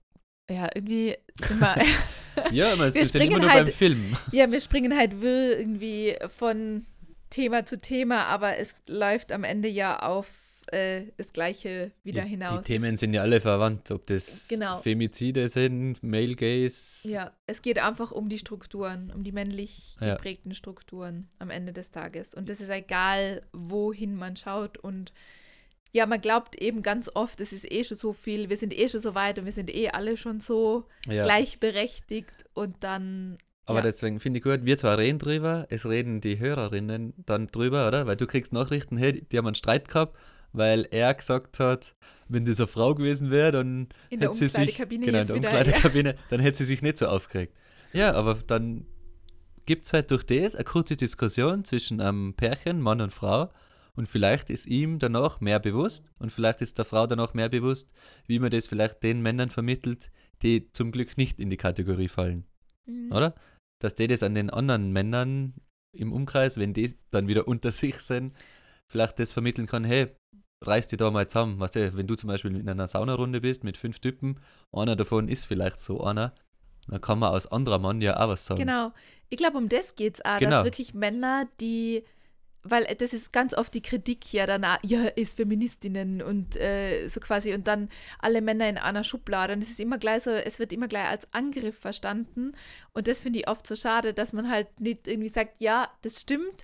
Ja, irgendwie sind wir, Ja, aber es Wir ist ja immer springen nur halt- beim Film. ja, wir springen halt wild irgendwie von Thema zu Thema, aber es läuft am Ende ja auf äh, das Gleiche wieder die, hinaus. Die Themen sind ja alle verwandt, ob das Genau. Femizide sind, Male Gaze. Das, ja, es geht einfach um die Strukturen, um die männlich Ja. geprägten Strukturen am Ende des Tages. Und das ist egal, wohin man schaut und Ja, man glaubt eben ganz oft, es ist eh schon so viel, wir sind eh schon so weit und wir sind eh alle schon so Ja. gleichberechtigt und dann, Aber ja. deswegen finde ich gut, wir zwar reden drüber, es reden die Hörerinnen dann drüber, oder? Weil du kriegst Nachrichten, hey, die haben einen Streit gehabt, weil er gesagt hat, wenn das eine Frau gewesen wäre, dann In der hätte sie sich, Umkleidekabine genau, in jetzt der wieder, Umkleidekabine, dann hätte sie sich nicht so aufgeregt. Ja, aber dann gibt es halt durch das eine kurze Diskussion zwischen einem Pärchen, Mann und Frau, und vielleicht ist ihm danach mehr bewusst und vielleicht ist der Frau danach mehr bewusst, wie man das vielleicht den Männern vermittelt, die zum Glück nicht in die Kategorie fallen, Mhm. oder? Dass die das an den anderen Männern im Umkreis, wenn die dann wieder unter sich sind, vielleicht das vermitteln kann, hey, reiß dich da mal zusammen. Weißt du, wenn du zum Beispiel in einer Saunarunde bist mit fünf Typen, einer davon ist vielleicht so einer, dann kann man aus anderer Mann ja auch was sagen. Genau. Ich glaube, um das geht es auch, Genau. dass wirklich Männer, die, weil das ist ganz oft die Kritik ja dann auch, ja, ist Feministinnen und äh, so quasi und dann alle Männer in einer Schublade und es ist immer gleich so, es wird immer gleich als Angriff verstanden und das finde ich oft so schade, dass man halt nicht irgendwie sagt, ja, das stimmt,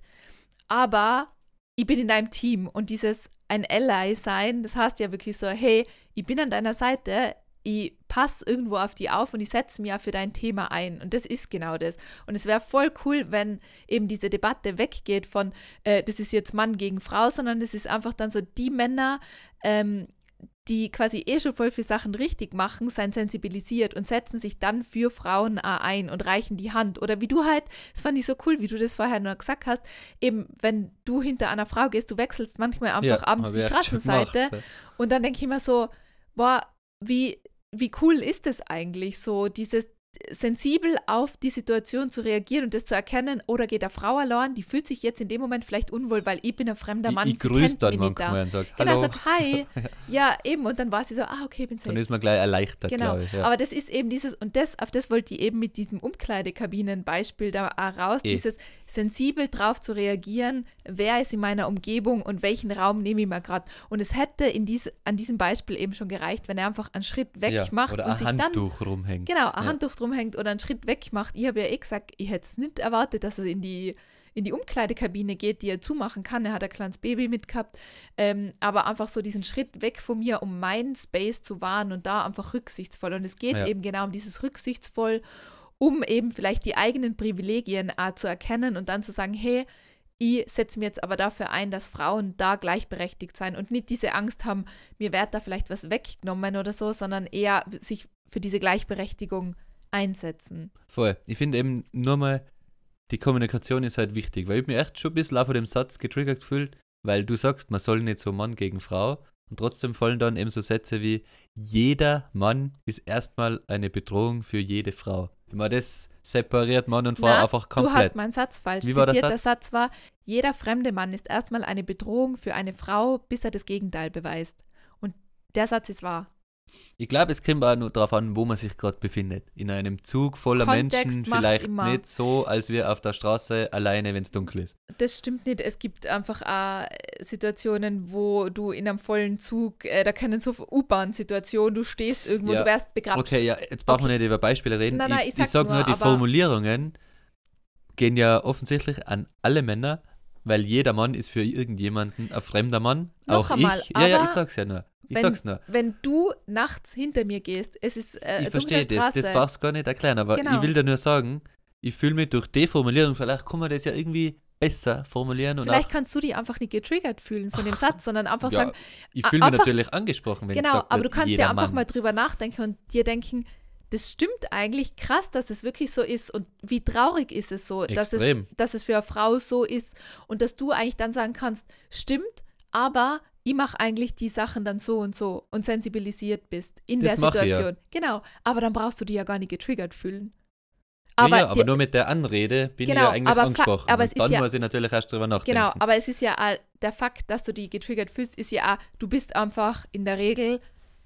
aber ich bin in deinem Team und dieses ein Ally sein, das heißt ja wirklich so, hey, ich bin an deiner Seite, ich passe irgendwo auf die auf und ich setze mich ja für dein Thema ein. Und das ist genau das. Und es wäre voll cool, wenn eben diese Debatte weggeht von, äh, das ist jetzt Mann gegen Frau, sondern es ist einfach dann so die Männer, ähm, die quasi eh schon voll viele Sachen richtig machen, seien sensibilisiert und setzen sich dann für Frauen auch ein und reichen die Hand. Oder wie du halt, das fand ich so cool, wie du das vorher noch gesagt hast, eben wenn du hinter einer Frau gehst, du wechselst manchmal einfach Ja, abends hab die ich echt schon Straßenseite gemacht, ja. und dann denke ich immer so, boah, wie, wie cool ist das eigentlich, so dieses sensibel auf die Situation zu reagieren und das zu erkennen, oder geht eine Frau allein, die fühlt sich jetzt in dem Moment vielleicht unwohl, weil ich bin ein fremder Mann, Ich, ich sie grüße kennt dann mich nicht da. manchmal und sage, Genau, hallo. sagt hi, ja eben, und dann war sie so, ah okay, bin Dann safe. ist man gleich erleichtert, Genau, glaube ich. Ja. aber das ist eben dieses, und das, auf das wollte ich eben mit diesem Umkleidekabinen-Beispiel da auch raus, Eh. dieses sensibel drauf zu reagieren, wer ist in meiner Umgebung und welchen Raum nehme ich mir gerade. Und es hätte in diese, an diesem Beispiel eben schon gereicht, wenn er einfach einen Schritt weg ja. macht Oder und ein sich dann Handtuch rumhängt. genau, ein Ja. Handtuch drum hängt oder einen Schritt weg macht. Ich habe ja eh gesagt, ich hätte es nicht erwartet, dass er in die, in die Umkleidekabine geht, die er zumachen kann. Er hat ein kleines Baby mitgehabt. Ähm, aber einfach so diesen Schritt weg von mir, um meinen Space zu wahren und da einfach rücksichtsvoll. Und es geht Ja. eben genau um dieses rücksichtsvoll, um eben vielleicht die eigenen Privilegien auch zu erkennen und dann zu sagen, hey, ich setze mir jetzt aber dafür ein, dass Frauen da gleichberechtigt sein und nicht diese Angst haben, mir wird da vielleicht was weggenommen oder so, sondern eher sich für diese Gleichberechtigung einsetzen. Voll. Ich finde eben nur mal, die Kommunikation ist halt wichtig, weil ich mir echt schon ein bisschen auch von dem Satz getriggert gefühlt, weil du sagst, man soll nicht so Mann gegen Frau und trotzdem fallen dann eben so Sätze wie, jeder Mann ist erstmal eine Bedrohung für jede Frau. Ich meine, das separiert Mann und Frau Na, einfach Du komplett. hast meinen Satz falsch Wie war der zitiert. Der Satz? Satz war, jeder fremde Mann ist erstmal eine Bedrohung für eine Frau, bis er das Gegenteil beweist. Und der Satz ist wahr. Ich glaube, es kommt auch nur darauf an, wo man sich gerade befindet. In einem Zug voller Kontext Menschen, macht vielleicht immer. nicht so, als wir auf der Straße alleine, wenn es dunkel ist. Das stimmt nicht. Es gibt einfach auch Situationen, wo du in einem vollen Zug, äh, da können so U-Bahn-Situationen, du stehst irgendwo, Ja, du wärst begraben. Okay, ja, jetzt brauchen wir Okay. nicht über Beispiele reden. Nein, nein, ich ich ich sag sag nur, nur, die aber- Formulierungen gehen ja offensichtlich an alle Männer, weil jeder Mann ist für irgendjemanden ein fremder Mann. Noch Auch einmal, ich. Ja, ja, aber ich sag's ja nur. Ich wenn, sag's nur. wenn du nachts hinter mir gehst, es ist äh, Ich eine verstehe dunkle das, Straße. das brauchst du gar nicht erklären, aber Genau. ich will dir nur sagen, ich fühle mich durch die Formulierung, vielleicht kann man das ja irgendwie besser formulieren und Vielleicht auch, kannst du dich einfach nicht getriggert fühlen von dem Satz, sondern einfach ja, sagen, ich a- fühle mich einfach- natürlich angesprochen, wenn genau, gesagt aber wird, du kannst jeder ja einfach Mann. mal drüber nachdenken und dir denken, das stimmt eigentlich, krass, dass es wirklich so ist und wie traurig ist es so, dass es, Extrem. dass es für eine Frau so ist und dass du eigentlich dann sagen kannst, stimmt, aber ich mache eigentlich die Sachen dann so und so und sensibilisiert bist in Das der mach ich ja. Situation. Genau, aber dann brauchst du dich ja gar nicht getriggert fühlen. Ja, ja, aber dir- nur mit der Anrede bin Genau, ich ja eigentlich aber fa- angesprochen. aber und es ist dann ja- muss ich natürlich erst drüber nachdenken. Genau, aber es ist ja all, der Fakt, dass du die getriggert fühlst, ist ja auch, du bist einfach in der Regel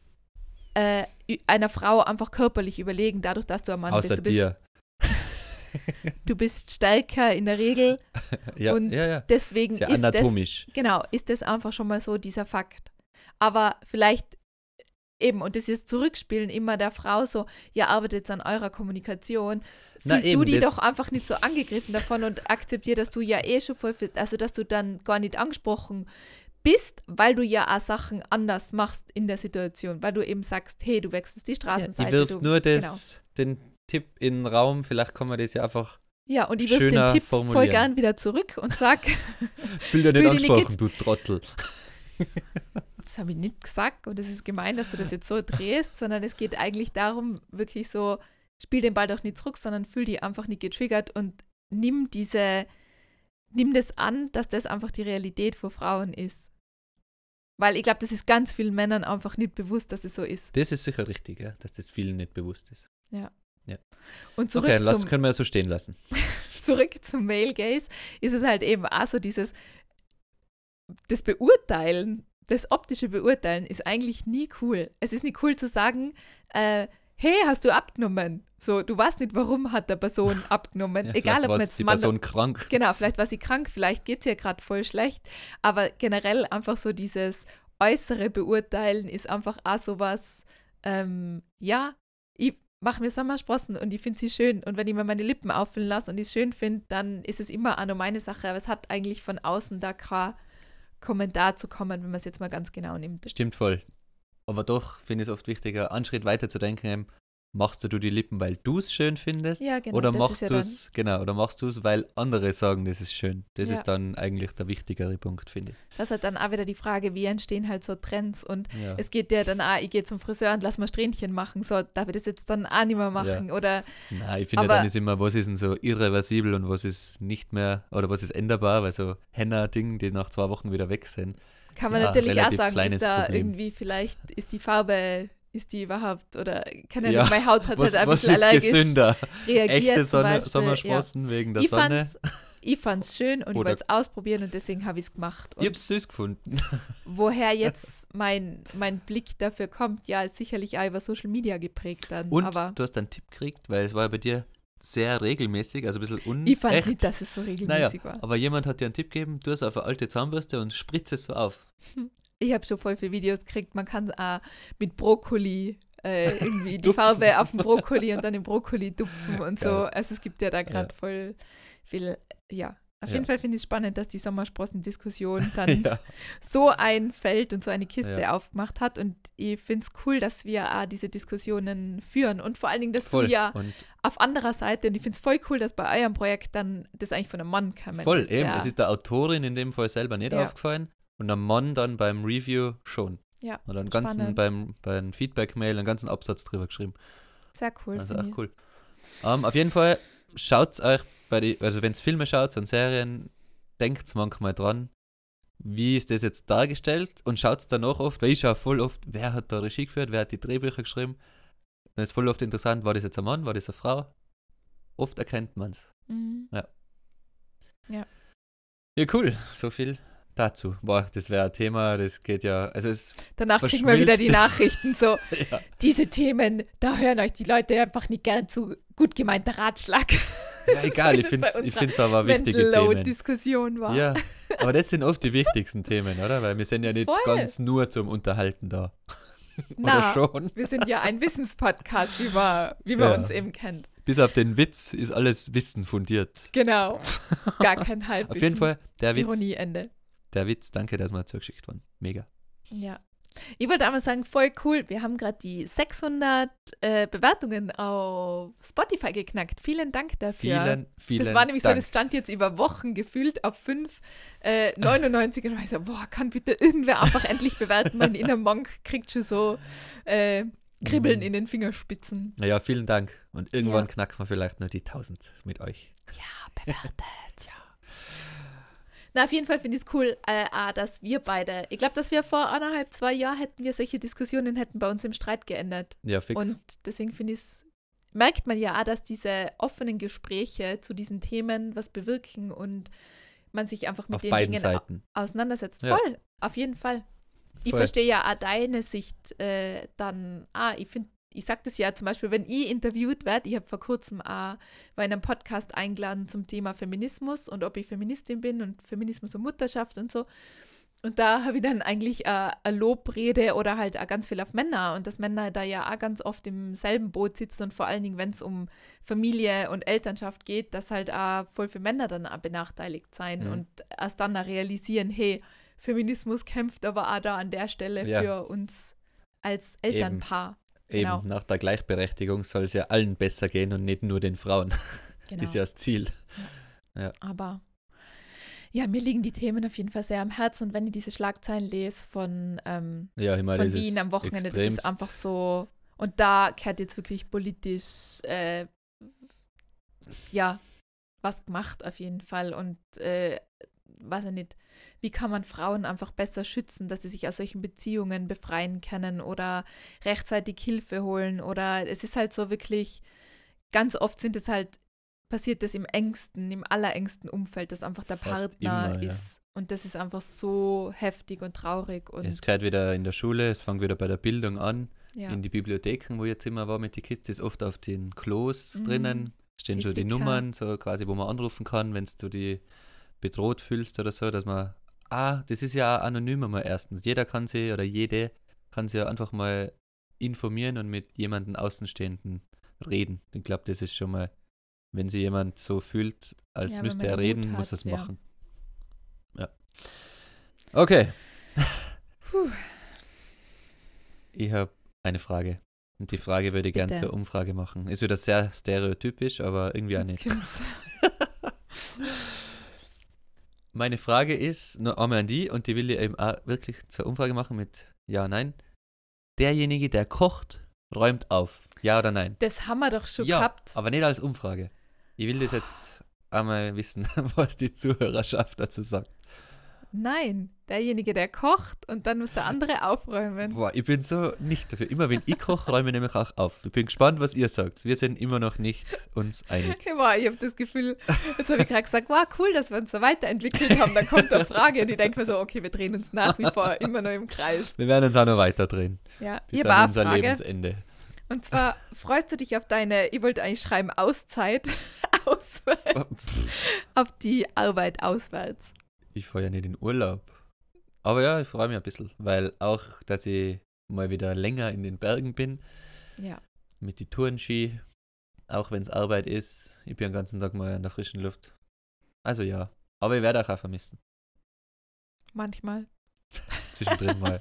äh, ü- einer Frau einfach körperlich überlegen, dadurch, dass du ein Mann Außer bist. Du bist, dir. du bist stärker in der Regel Ja, und ja, ja. deswegen Ist ja ist das, anatomisch. genau, ist das einfach schon mal so dieser Fakt. Aber vielleicht eben, und das ist Zurückspielen immer der Frau so, ihr arbeitet an eurer Kommunikation, Na fühl du eben, die das- doch einfach nicht so angegriffen davon und akzeptier, dass du ja eh schon voll, viel- also dass du dann gar nicht angesprochen bist, weil du ja auch Sachen anders machst in der Situation, weil du eben sagst, hey, du wechselst die Straßenseite. Ja, ich wirf du, nur das, genau. den Tipp in den Raum, vielleicht kann man das ja einfach Ja, und ich wirf den Tipp voll gern wieder zurück und sag, fühl dir nicht angesprochen, du Trottel. Das habe ich nicht gesagt und es ist gemein, dass du das jetzt so drehst, sondern es geht eigentlich darum, wirklich so, spiel den Ball doch nicht zurück, sondern fühl dich einfach nicht getriggert und nimm diese, nimm das an, dass das einfach die Realität von Frauen ist. Weil ich glaube, das ist ganz vielen Männern einfach nicht bewusst, dass es so ist. Das ist sicher richtig, ja, dass das vielen nicht bewusst ist. Ja. ja. Und zurück okay, lass, zum, können wir ja so stehen lassen. Zurück zum Male Gaze ist es halt eben auch so dieses, das Beurteilen, das optische Beurteilen ist eigentlich nie cool. Es ist nicht cool zu sagen, äh, hey, hast du abgenommen? So, du weißt nicht, warum hat der Person abgenommen. Ja, Egal, ob man jetzt die Mann Person krank. Genau, vielleicht war sie krank, vielleicht geht es ihr gerade voll schlecht. Aber generell einfach so dieses äußere Beurteilen ist einfach auch sowas, ähm, ja, ich mache mir Sommersprossen und ich finde sie schön. Und wenn ich mir meine Lippen auffüllen lasse und ich es schön finde, dann ist es immer auch nur meine Sache. Aber es hat eigentlich von außen da kein Kommentar zu kommen, wenn man es jetzt mal ganz genau nimmt. Stimmt voll. Aber doch finde ich es oft wichtiger, einen Schritt weiter zu denken, machst du die Lippen, weil du es schön findest? Ja, genau. Oder das machst ist ja du es, genau, oder machst du es, weil andere sagen, das ist schön. Das Ja. ist dann eigentlich der wichtigere Punkt, finde ich. Das hat dann auch wieder die Frage, wie entstehen halt so Trends und Ja. es geht ja dann auch, ich gehe zum Friseur und lass mal Strähnchen machen, so, darf ich das jetzt dann auch nicht mehr machen oder Nein, ich finde Aber- dann ist immer, was ist denn so irreversibel und was ist nicht mehr, oder was ist änderbar, weil so Henna-Ding, die nach zwei Wochen wieder weg sind. kann man Ja, natürlich auch relativ sagen, kleines ist da Problem. irgendwie vielleicht, ist die Farbe, ist die überhaupt, oder keine Ja, Ahnung, meine Haut hat Was, halt ein was bisschen ist allergisch gesünder? reagiert Echte zum Sonne, Beispiel. Sommersprossen wegen der Ich Sonne? fand's, ich fand's schön und ich Oder- wollte es ausprobieren und deswegen habe ich es gemacht. Ich Und hab's süß gefunden. woher jetzt mein, mein Blick dafür kommt, ja, ist sicherlich auch über Social Media geprägt dann. Und aber du hast einen Tipp gekriegt, weil es war ja bei dir sehr regelmäßig, also ein bisschen unecht. ich fand nicht, dass es so regelmäßig naja, war. aber jemand hat dir einen Tipp gegeben, tu es auf eine alte Zahnbürste und spritze es so auf. Ich habe schon voll viele Videos gekriegt, man kann auch mit Brokkoli äh, irgendwie die Tupfen. Farbe auf den Brokkoli und dann den Brokkoli tupfen und so. Geil. Also es gibt ja da gerade Ja. voll viel, ja. Auf Ja. jeden Fall finde ich es spannend, dass die Sommersprossen-Diskussion dann Ja. so ein Feld und so eine Kiste Ja. aufgemacht hat. Und ich finde es cool, dass wir auch diese Diskussionen führen. Und vor allen Dingen, dass Voll. du ja Und auf anderer Seite, und ich finde es voll cool, dass bei eurem Projekt dann das eigentlich von einem Mann kam. voll, eben. Es ist der Autorin in dem Fall selber nicht Ja. aufgefallen und der Mann dann beim Review schon. Ja, Oder einen ganzen, spannend. beim, beim Feedback-Mail einen ganzen Absatz drüber geschrieben. Sehr cool. Also finde auch cool. Um, auf jeden Fall schaut euch bei die, also wenn es Filme schaut und Serien, denkt manchmal dran, wie ist das jetzt dargestellt und schaut es danach oft, weil ich schaue voll oft, wer hat da Regie geführt, wer hat die Drehbücher geschrieben. Dann ist voll oft interessant, war das jetzt ein Mann, war das eine Frau? Oft erkennt man es. ich. Mhm. Ja, cool. So viel dazu. Boah, das wäre ein Thema, das geht ja, also es, Danach kriegen wir wieder die verschmilzt. Nachrichten so, ja, diese Themen, da hören euch die Leute einfach nicht gern zu. Gut gemeinter Ratschlag. ja egal, ich wie das bei finde es ich unserer find's aber wichtige Mental Themen. Load-Diskussion war. Ja, aber das sind oft die wichtigsten Themen, oder? Weil wir sind ja nicht Voll. ganz nur zum Unterhalten da. Na, Oder schon? wir sind ja ein Wissenspodcast, wie man, wie man Ja. uns eben kennt. Bis auf den Witz ist alles Wissen fundiert. Genau. Gar kein Halbwissen. Auf jeden Fall, der Witz, Ironieende. der Witz, danke, dass wir zugeschickt worden. Mega. Ja. Ich wollte einmal sagen, voll cool. Wir haben gerade die sechshundert äh, Bewertungen auf Spotify geknackt. Vielen Dank dafür. Vielen, vielen Das war nämlich Dank. so, das stand jetzt über Wochen gefühlt auf fünf äh, neunundneunzig und ich so, boah, kann bitte irgendwer einfach endlich bewerten. Mein inner Monk kriegt schon so äh, Kribbeln Mhm. in den Fingerspitzen. Naja, vielen Dank. Und irgendwann Ja. knacken wir vielleicht nur die tausend mit euch. Ja, bewertet. Na, auf jeden Fall finde ich es cool, äh, auch, dass wir beide, ich glaube, dass wir vor anderthalb, zwei Jahren hätten wir solche Diskussionen hätten bei uns im Streit geendet. Ja, fix. Und deswegen finde ich es, merkt man ja auch, dass diese offenen Gespräche zu diesen Themen was bewirken und man sich einfach mit auf den beiden Dingen Seiten. au- auseinandersetzt. Ja. Voll, auf jeden Fall. Ich Voll. verstehe ja auch deine Sicht äh, dann, ah, ich finde, ich sage das ja zum Beispiel, wenn ich interviewt werde, ich habe vor kurzem auch bei einem Podcast eingeladen zum Thema Feminismus und ob ich Feministin bin und Feminismus und Mutterschaft und so. Und da habe ich dann eigentlich äh, eine Lobrede oder halt auch ganz viel auf Männer und dass Männer da ja auch ganz oft im selben Boot sitzen und vor allen Dingen, wenn es um Familie und Elternschaft geht, dass halt auch voll für Männer dann auch benachteiligt sein Mhm. und erst dann auch realisieren, hey, Feminismus kämpft aber auch da an der Stelle Ja. für uns als Elternpaar. Eben, Genau. nach der Gleichberechtigung soll es ja allen besser gehen und nicht nur den Frauen. Genau. Ist ja das Ziel. Aber ja, mir liegen die Themen auf jeden Fall sehr am Herzen. Und wenn ich diese Schlagzeilen lese von, ähm, Ja, ich meine, von das ist Wien am Wochenende, das extremst- ist einfach so. Und da kehrt jetzt wirklich politisch, äh, ja, was gemacht auf jeden Fall. Und äh, weiß ich nicht, wie kann man Frauen einfach besser schützen, dass sie sich aus solchen Beziehungen befreien können oder rechtzeitig Hilfe holen. Oder es ist halt so wirklich, ganz oft sind es halt, passiert das im engsten, im allerengsten Umfeld, dass einfach der Fast Partner immer, ja. ist. Und das ist einfach so heftig und traurig. Und Es gehört wieder in der Schule, es fängt wieder bei der Bildung an. ja. In die Bibliotheken, wo ich jetzt immer war mit den Kids, ist oft auf den Klos Mhm. drinnen. Stehen Die schon die Sticker. Nummern, so quasi, wo man anrufen kann, wenn du die bedroht fühlst oder so, dass man, ah, das ist ja auch anonym einmal erstens. Jeder kann sich oder jede kann sich ja einfach mal informieren und mit jemandem Außenstehenden reden. Ich glaube, das ist schon mal, wenn sich jemand so fühlt, als Ja, wenn müsste man er den reden, Mut muss hat, er es ja. machen. Ja. Okay. Puh. Ich habe eine Frage. Und die Frage würde ich gerne Bitte. zur Umfrage machen. Ist wieder sehr stereotypisch, aber irgendwie auch nicht. Kommt's. Meine Frage ist noch einmal an die und die will ich eben auch wirklich zur Umfrage machen mit Ja, Nein. Derjenige, der kocht, räumt auf. Ja oder nein? Das haben wir doch schon Ja, gehabt. aber nicht als Umfrage. Ich will das jetzt einmal wissen, was die Zuhörerschaft dazu sagt. Nein, derjenige, der kocht und dann muss der andere aufräumen. Boah, ich bin so nicht dafür. Immer wenn ich koche, räume ich nämlich auch auf. Ich bin gespannt, was ihr sagt. Wir sind immer noch nicht uns einig. Boah, ich habe das Gefühl, jetzt habe ich gerade gesagt, wow, cool, dass wir uns so weiterentwickelt haben. Dann kommt eine Frage und ich denke mir so, okay, wir drehen uns nach wie vor immer noch im Kreis. Wir werden uns auch noch weiter drehen. Ja, Bis ich an habe auch unser eine Frage. Lebensende. Und zwar, freust du dich auf deine, ich wollte eigentlich schreiben, Auszeit, auswärts, auf die Arbeit auswärts? Ich fahre ja nicht in Urlaub. Aber ja, ich freue mich ein bisschen, weil auch, dass ich mal wieder länger in den Bergen bin, Ja. mit die Tourenski, auch wenn es Arbeit ist. Ich bin den ganzen Tag mal in der frischen Luft. Also ja, aber ich werde auch, auch vermissen. Manchmal. Zwischendrin mal.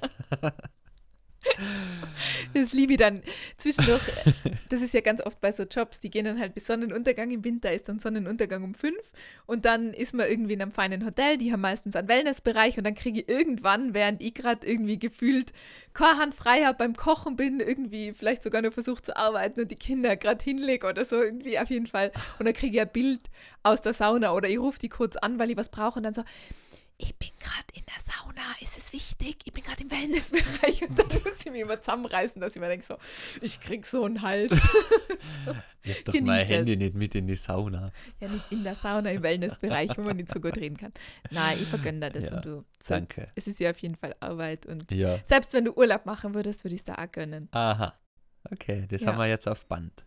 Das liebe ich dann zwischendurch. Das ist ja ganz oft bei so Jobs, die gehen dann halt bis Sonnenuntergang. Im Winter ist dann Sonnenuntergang um fünf und dann ist man irgendwie in einem feinen Hotel. Die haben meistens einen Wellnessbereich und dann kriege ich irgendwann, während ich gerade irgendwie gefühlt keine Hand frei habe beim Kochen bin, irgendwie vielleicht sogar nur versucht zu arbeiten und die Kinder gerade hinlege oder so, irgendwie auf jeden Fall. Und dann kriege ich ein Bild aus der Sauna oder ich rufe die kurz an, weil ich was brauche und dann so, ich bin gerade in der Sauna, ist es wichtig? Ich bin gerade im Wellnessbereich und dann muss ich mich immer zusammenreißen, dass ich mir denke so, ich krieg so einen Hals. So. Ich hab doch Genieß mein es. Handy nicht mit in die Sauna. Ja, nicht in der Sauna, im Wellnessbereich, wo man nicht so gut reden kann. Nein, ich vergönne dir das Ja, und du danke. sagst, es ist ja auf jeden Fall Arbeit und Ja. selbst wenn du Urlaub machen würdest, würde ich es da auch gönnen. Aha. Okay, das Ja. haben wir jetzt auf Band.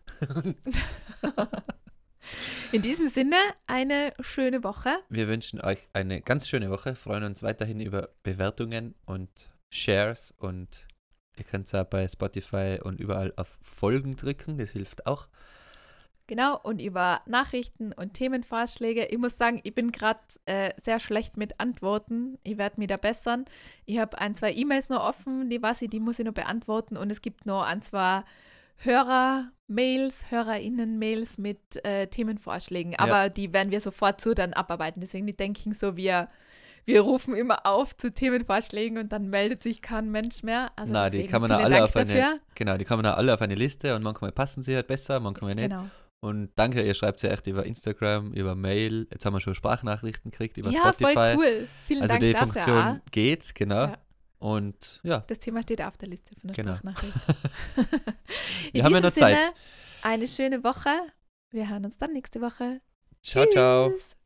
In diesem Sinne, eine schöne Woche. Wir wünschen euch eine ganz schöne Woche, freuen uns weiterhin über Bewertungen und Shares und ihr könnt ja bei Spotify und überall auf Folgen drücken, das hilft auch. Genau, und über Nachrichten und Themenvorschläge. Ich muss sagen, ich bin gerade äh, sehr schlecht mit Antworten. Ich werde mich da bessern. Ich habe ein, zwei E-Mails noch offen, die was ich, die muss ich noch beantworten. Und es gibt noch ein, zwei Hörer-Mails, HörerInnen-Mails mit äh, Themenvorschlägen. Aber die werden wir sofort so dann abarbeiten. Deswegen die denken so, wir, wir rufen immer auf zu Themenvorschlägen und dann meldet sich kein Mensch mehr. Also Na, die deswegen kann man auch vielen alle Dank auf eine, dafür. genau, die kann man auch alle auf eine Liste und manchmal passen sie halt besser, manchmal nicht. Genau. Und danke, ihr schreibt sie echt über Instagram, über Mail. Jetzt haben wir schon Sprachnachrichten gekriegt über Ja, Spotify. voll cool. Vielen Also Dank die dafür Funktion auch. geht, genau. Ja. Und ja, Das Thema steht auf der Liste von der Genau. Sprachnachricht. Wir In haben ja diesem noch Zeit. Sinne, eine schöne Woche. Wir hören uns dann nächste Woche. ciao, ciao. Tschüss.